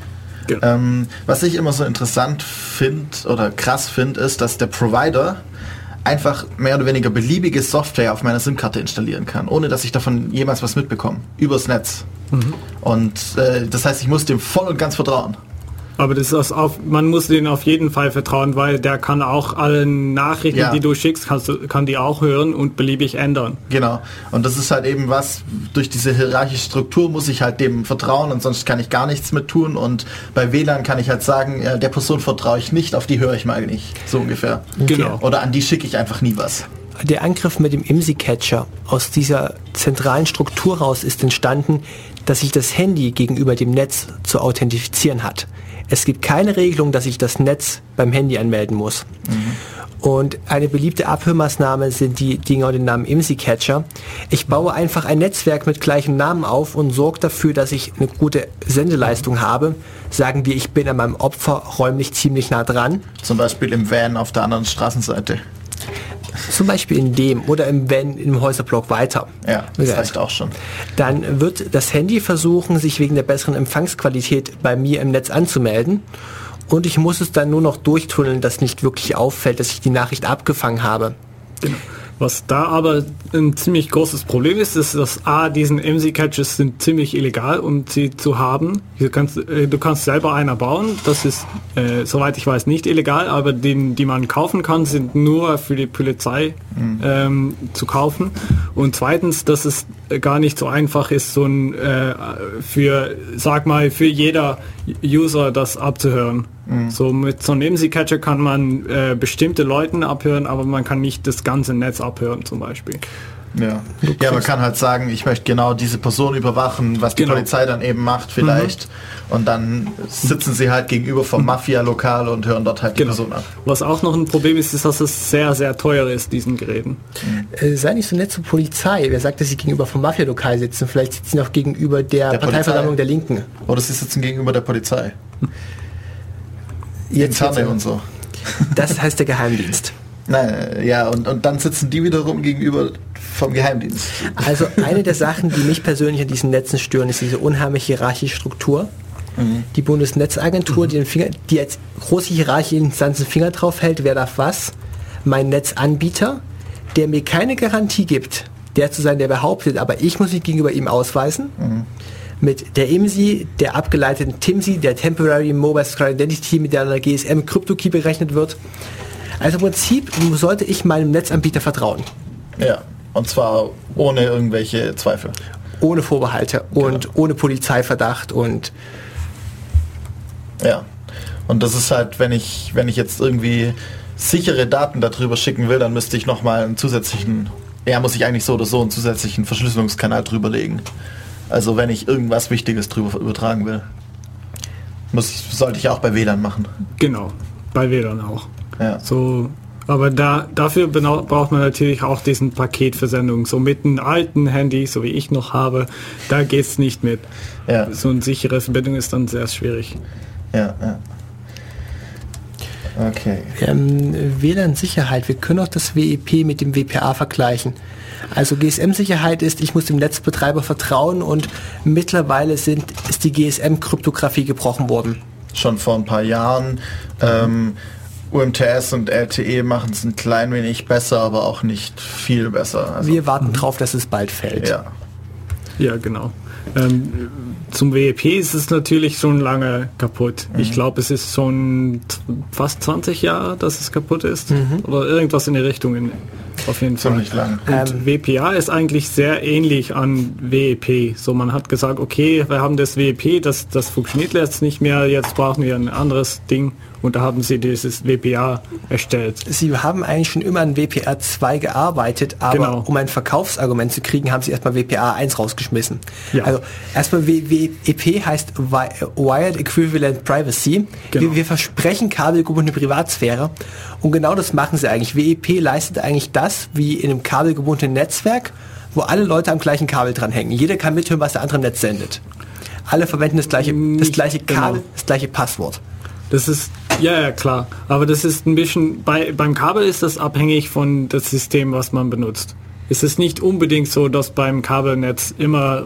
Was ich immer so interessant finde oder krass finde, ist, dass der Provider einfach mehr oder weniger beliebige Software auf meiner SIM-Karte installieren kann, ohne dass ich davon jemals was mitbekomme, übers Netz. Und das heißt, ich muss dem voll und ganz vertrauen. Aber man muss denen auf jeden Fall vertrauen, weil der kann auch alle Nachrichten, die du schickst, kann die auch hören und beliebig ändern. Genau. Und das ist halt eben was, durch diese hierarchische Struktur muss ich halt dem vertrauen, und sonst kann ich gar nichts mit tun. Und bei WLAN kann ich halt sagen, der Person vertraue ich nicht, auf die höre ich mal nicht. So ungefähr. Genau. Oder an die schicke ich einfach nie was. Der Angriff mit dem IMSI-Catcher aus dieser zentralen Struktur raus ist entstanden, dass sich das Handy gegenüber dem Netz zu authentifizieren hat. Es gibt keine Regelung, dass ich das Netz beim Handy anmelden muss. Und eine beliebte Abhörmaßnahme sind die Dinger unter dem Namen IMSI-Catcher. Ich baue einfach ein Netzwerk mit gleichem Namen auf und sorge dafür, dass ich eine gute Sendeleistung habe. Sagen wir, ich bin an meinem Opfer räumlich ziemlich nah dran. Zum Beispiel im Van auf der anderen Straßenseite. Zum Beispiel in dem oder im Van im Häuserblock weiter. Ja, das reicht auch schon. Dann wird das Handy versuchen, sich wegen der besseren Empfangsqualität bei mir im Netz anzumelden. Und ich muss es dann nur noch durchtunneln, dass nicht wirklich auffällt, dass ich die Nachricht abgefangen habe. Genau. Was da aber ein ziemlich großes Problem ist, ist, dass diesen IMSI-Catches sind ziemlich illegal, um sie zu haben. Du kannst selber einer bauen, das ist, soweit ich weiß, nicht illegal, aber die man kaufen kann, sind nur für die Polizei zu kaufen. Und zweitens, dass es gar nicht so einfach ist, so ein für jeder User das abzuhören. So mit so einem IMSI-Catcher kann man bestimmte Leuten abhören, aber man kann nicht das ganze Netz abhören zum Beispiel. Ja. Ja, man kann halt sagen, ich möchte genau diese Person überwachen, was die Polizei dann eben macht vielleicht. Und dann sitzen sie halt gegenüber vom Mafia-Lokal und hören dort halt die Person ab. Was auch noch ein Problem ist, ist, dass es sehr, sehr teuer ist, diesen Geräten. Sei nicht so nett zur Polizei. Wer sagt, dass sie gegenüber vom Mafia-Lokal sitzen? Vielleicht sitzen sie noch gegenüber der Parteiversammlung der Linken. Oder sie sitzen gegenüber der Polizei. Jetzt und so. Das heißt der Geheimdienst. Nein, ja, und dann sitzen die wiederum gegenüber vom Geheimdienst. Also eine der Sachen, die mich persönlich an diesen Netzen stören, ist diese unheimliche hierarchische Struktur. Die Bundesnetzagentur, die als große hierarchische Instanz den Finger drauf hält, wer darf was. Mein Netzanbieter, der mir keine Garantie gibt, der zu sein, der behauptet, aber ich muss mich gegenüber ihm ausweisen. Mit der IMSI, der abgeleiteten TIMSI, der Temporary Mobile Secure Identity, mit der einer GSM Crypto-Key berechnet wird. Also im Prinzip sollte ich meinem Netzanbieter vertrauen. Ja, und zwar ohne irgendwelche Zweifel. Ohne Vorbehalte und ohne Polizeiverdacht und... Ja, und das ist halt, wenn ich jetzt irgendwie sichere Daten darüber schicken will, dann müsste ich nochmal einen zusätzlichen, muss ich eigentlich so oder so einen zusätzlichen Verschlüsselungskanal drüber legen. Also wenn ich irgendwas Wichtiges drüber übertragen will. Sollte ich auch bei WLAN machen. Genau, bei WLAN auch. Ja. So, aber dafür braucht man natürlich auch diesen Paketversendung. So mit einem alten Handy, so wie ich noch habe, da geht es nicht mit. Ja. So eine sichere Verbindung ist dann sehr schwierig. Ja. Okay. WLAN-Sicherheit, wir können auch das WEP mit dem WPA vergleichen. Also GSM-Sicherheit ist, ich muss dem Netzbetreiber vertrauen und mittlerweile ist die GSM-Kryptographie gebrochen worden. Schon vor ein paar Jahren. UMTS und LTE machen es ein klein wenig besser, aber auch nicht viel besser. Also, wir warten drauf, dass es bald fällt. Ja, genau. Zum WEP ist es natürlich schon lange kaputt. Ich glaube, es ist schon fast 20 Jahre, dass es kaputt ist. Oder irgendwas in die Richtung. Auf jeden Fall. Ziemlich lang. Und WPA ist eigentlich sehr ähnlich an WEP. So, man hat gesagt, okay, wir haben das WEP, das funktioniert jetzt nicht mehr, jetzt brauchen wir ein anderes Ding. Und da haben sie dieses WPA erstellt. Sie haben eigentlich schon immer an WPA 2 gearbeitet, aber um ein Verkaufsargument zu kriegen, haben sie erstmal WPA 1 rausgeschmissen. Ja. Also erstmal WEP heißt Wired Equivalent Privacy. Genau. Wir versprechen kabelgebundene Privatsphäre und genau das machen sie eigentlich. WEP leistet eigentlich das wie in einem kabelgebundenen Netzwerk, wo alle Leute am gleichen Kabel dranhängen. Jeder kann mithören, was der andere im Netz sendet. Alle verwenden das gleiche Kabel, das gleiche Passwort. Das ist, ja klar, aber das ist ein bisschen, beim Kabel ist das abhängig von das System, was man benutzt. Es ist nicht unbedingt so, dass beim Kabelnetz immer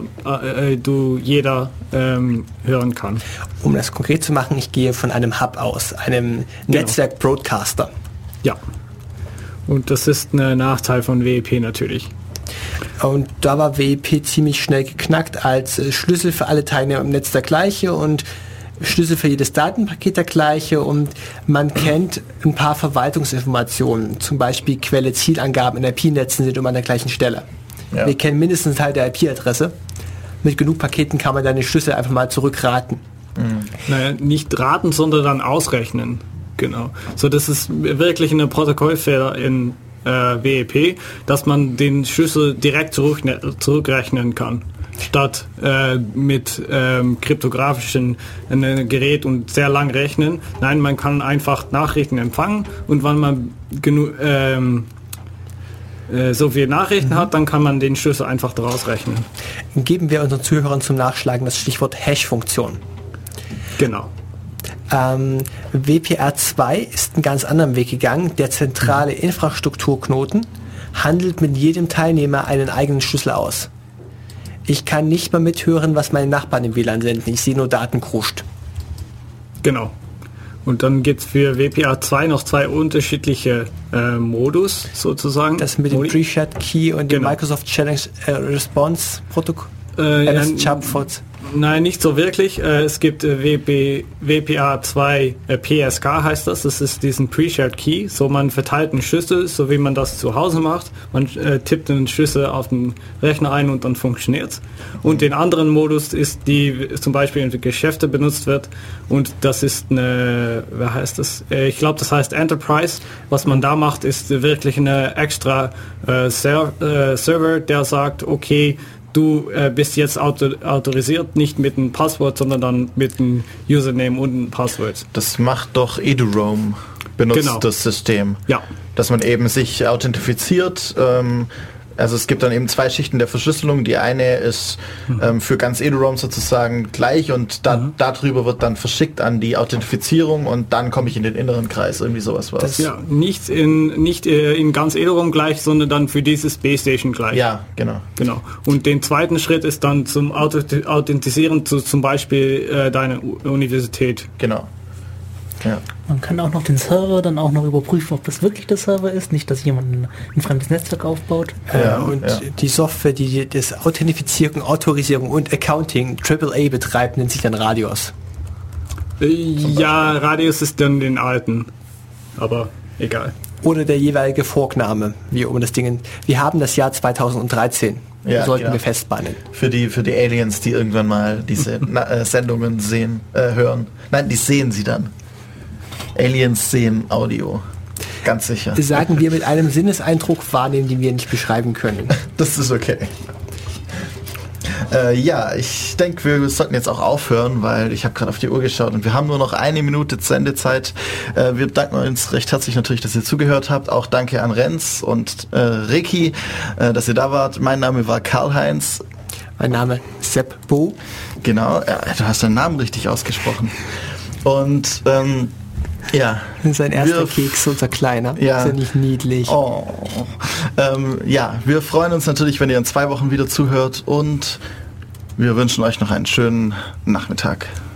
jeder hören kann. Um das konkret zu machen, ich gehe von einem Hub aus, einem Netzwerk-Broadcaster. Ja, und das ist ein Nachteil von WEP natürlich. Und da war WEP ziemlich schnell geknackt, als Schlüssel für alle Teilnehmer im Netz der gleiche und Schlüssel für jedes Datenpaket der gleiche und man kennt ein paar Verwaltungsinformationen, zum Beispiel Quelle, Zielangaben in IP-Netzen sind immer an der gleichen Stelle. Ja. Wir kennen mindestens Teil der IP-Adresse. Mit genug Paketen kann man dann den Schlüssel einfach mal zurückraten. Naja, nicht raten, sondern dann ausrechnen. Genau. So, das ist wirklich eine Protokollfehler in WEP, dass man den Schlüssel direkt zurückrechnen kann. Statt mit kryptografischen Gerät und sehr lang rechnen. Nein, man kann einfach Nachrichten empfangen und wenn man so viele Nachrichten hat, dann kann man den Schlüssel einfach daraus rechnen. Geben wir unseren Zuhörern zum Nachschlagen das Stichwort Hash-Funktion. Genau. WPA 2 ist einen ganz anderen Weg gegangen. Der zentrale Infrastrukturknoten handelt mit jedem Teilnehmer einen eigenen Schlüssel aus. Ich kann nicht mal mithören, was meine Nachbarn im WLAN senden. Ich sehe nur Datenkruscht. Genau. Und dann gibt es für WPA 2 noch zwei unterschiedliche Modus sozusagen. Das mit dem Pre-Shared Key und dem Microsoft Challenge Response Protokoll. Nein, nicht so wirklich. Es gibt WPA2 PSK heißt das. Das ist diesen Pre-Shared Key. So, man verteilt einen Schlüssel, so wie man das zu Hause macht. Man tippt einen Schlüssel auf den Rechner ein und dann funktioniert's. Und den anderen Modus ist, die zum Beispiel in Geschäfte benutzt wird. Und das ist eine, wer heißt das? Ich glaube, das heißt Enterprise. Was man da macht, ist wirklich eine extra Server, der sagt, okay, du bist jetzt autorisiert, nicht mit einem Passwort, sondern dann mit einem Username und einem Passwort. Das macht doch EduRoam, benutzt das System. Ja. Dass man eben sich authentifiziert. Also es gibt dann eben 2 Schichten der Verschlüsselung. Die eine ist für ganz EduRoam sozusagen gleich und darüber wird dann verschickt an die Authentifizierung und dann komme ich in den inneren Kreis. Irgendwie sowas war es. Ja, nicht in ganz EduRoam gleich, sondern dann für dieses B-Station gleich. Ja, genau. Und den zweiten Schritt ist dann zum Authentisieren zu zum Beispiel deiner Universität. Genau. Ja. Man kann auch noch den Server dann auch noch überprüfen, ob das wirklich der Server ist, nicht, dass jemand ein fremdes Netzwerk aufbaut. Die Software, die das Authentifizierung, Autorisierung und Accounting AAA betreibt, nennt sich dann Radius. Ja, Radius ist dann den alten, aber egal. Oder der jeweilige Vorname, wie um das Ding. Wir haben das Jahr 2013. Sollten wir festbannen. Für die Aliens, die irgendwann mal diese Sendungen hören. Nein, die sehen sie dann. Aliens sehen Audio. Ganz sicher. Sagen wir mit einem Sinneseindruck wahrnehmen, den wir nicht beschreiben können. Das ist okay. Ich denke, wir sollten jetzt auch aufhören, weil ich habe gerade auf die Uhr geschaut und wir haben nur noch 1 Minute Sendezeit. Wir danken uns recht herzlich natürlich, dass ihr zugehört habt. Auch danke an Renz und Ricky, dass ihr da wart. Mein Name war Karl-Heinz. Mein Name Sepp Bo. Genau, du hast deinen Namen richtig ausgesprochen. Und sein erster Keks, unser Kleiner. Ja. Ist ja nicht niedlich. Oh. Wir freuen uns natürlich, wenn ihr in 2 Wochen wieder zuhört und wir wünschen euch noch einen schönen Nachmittag.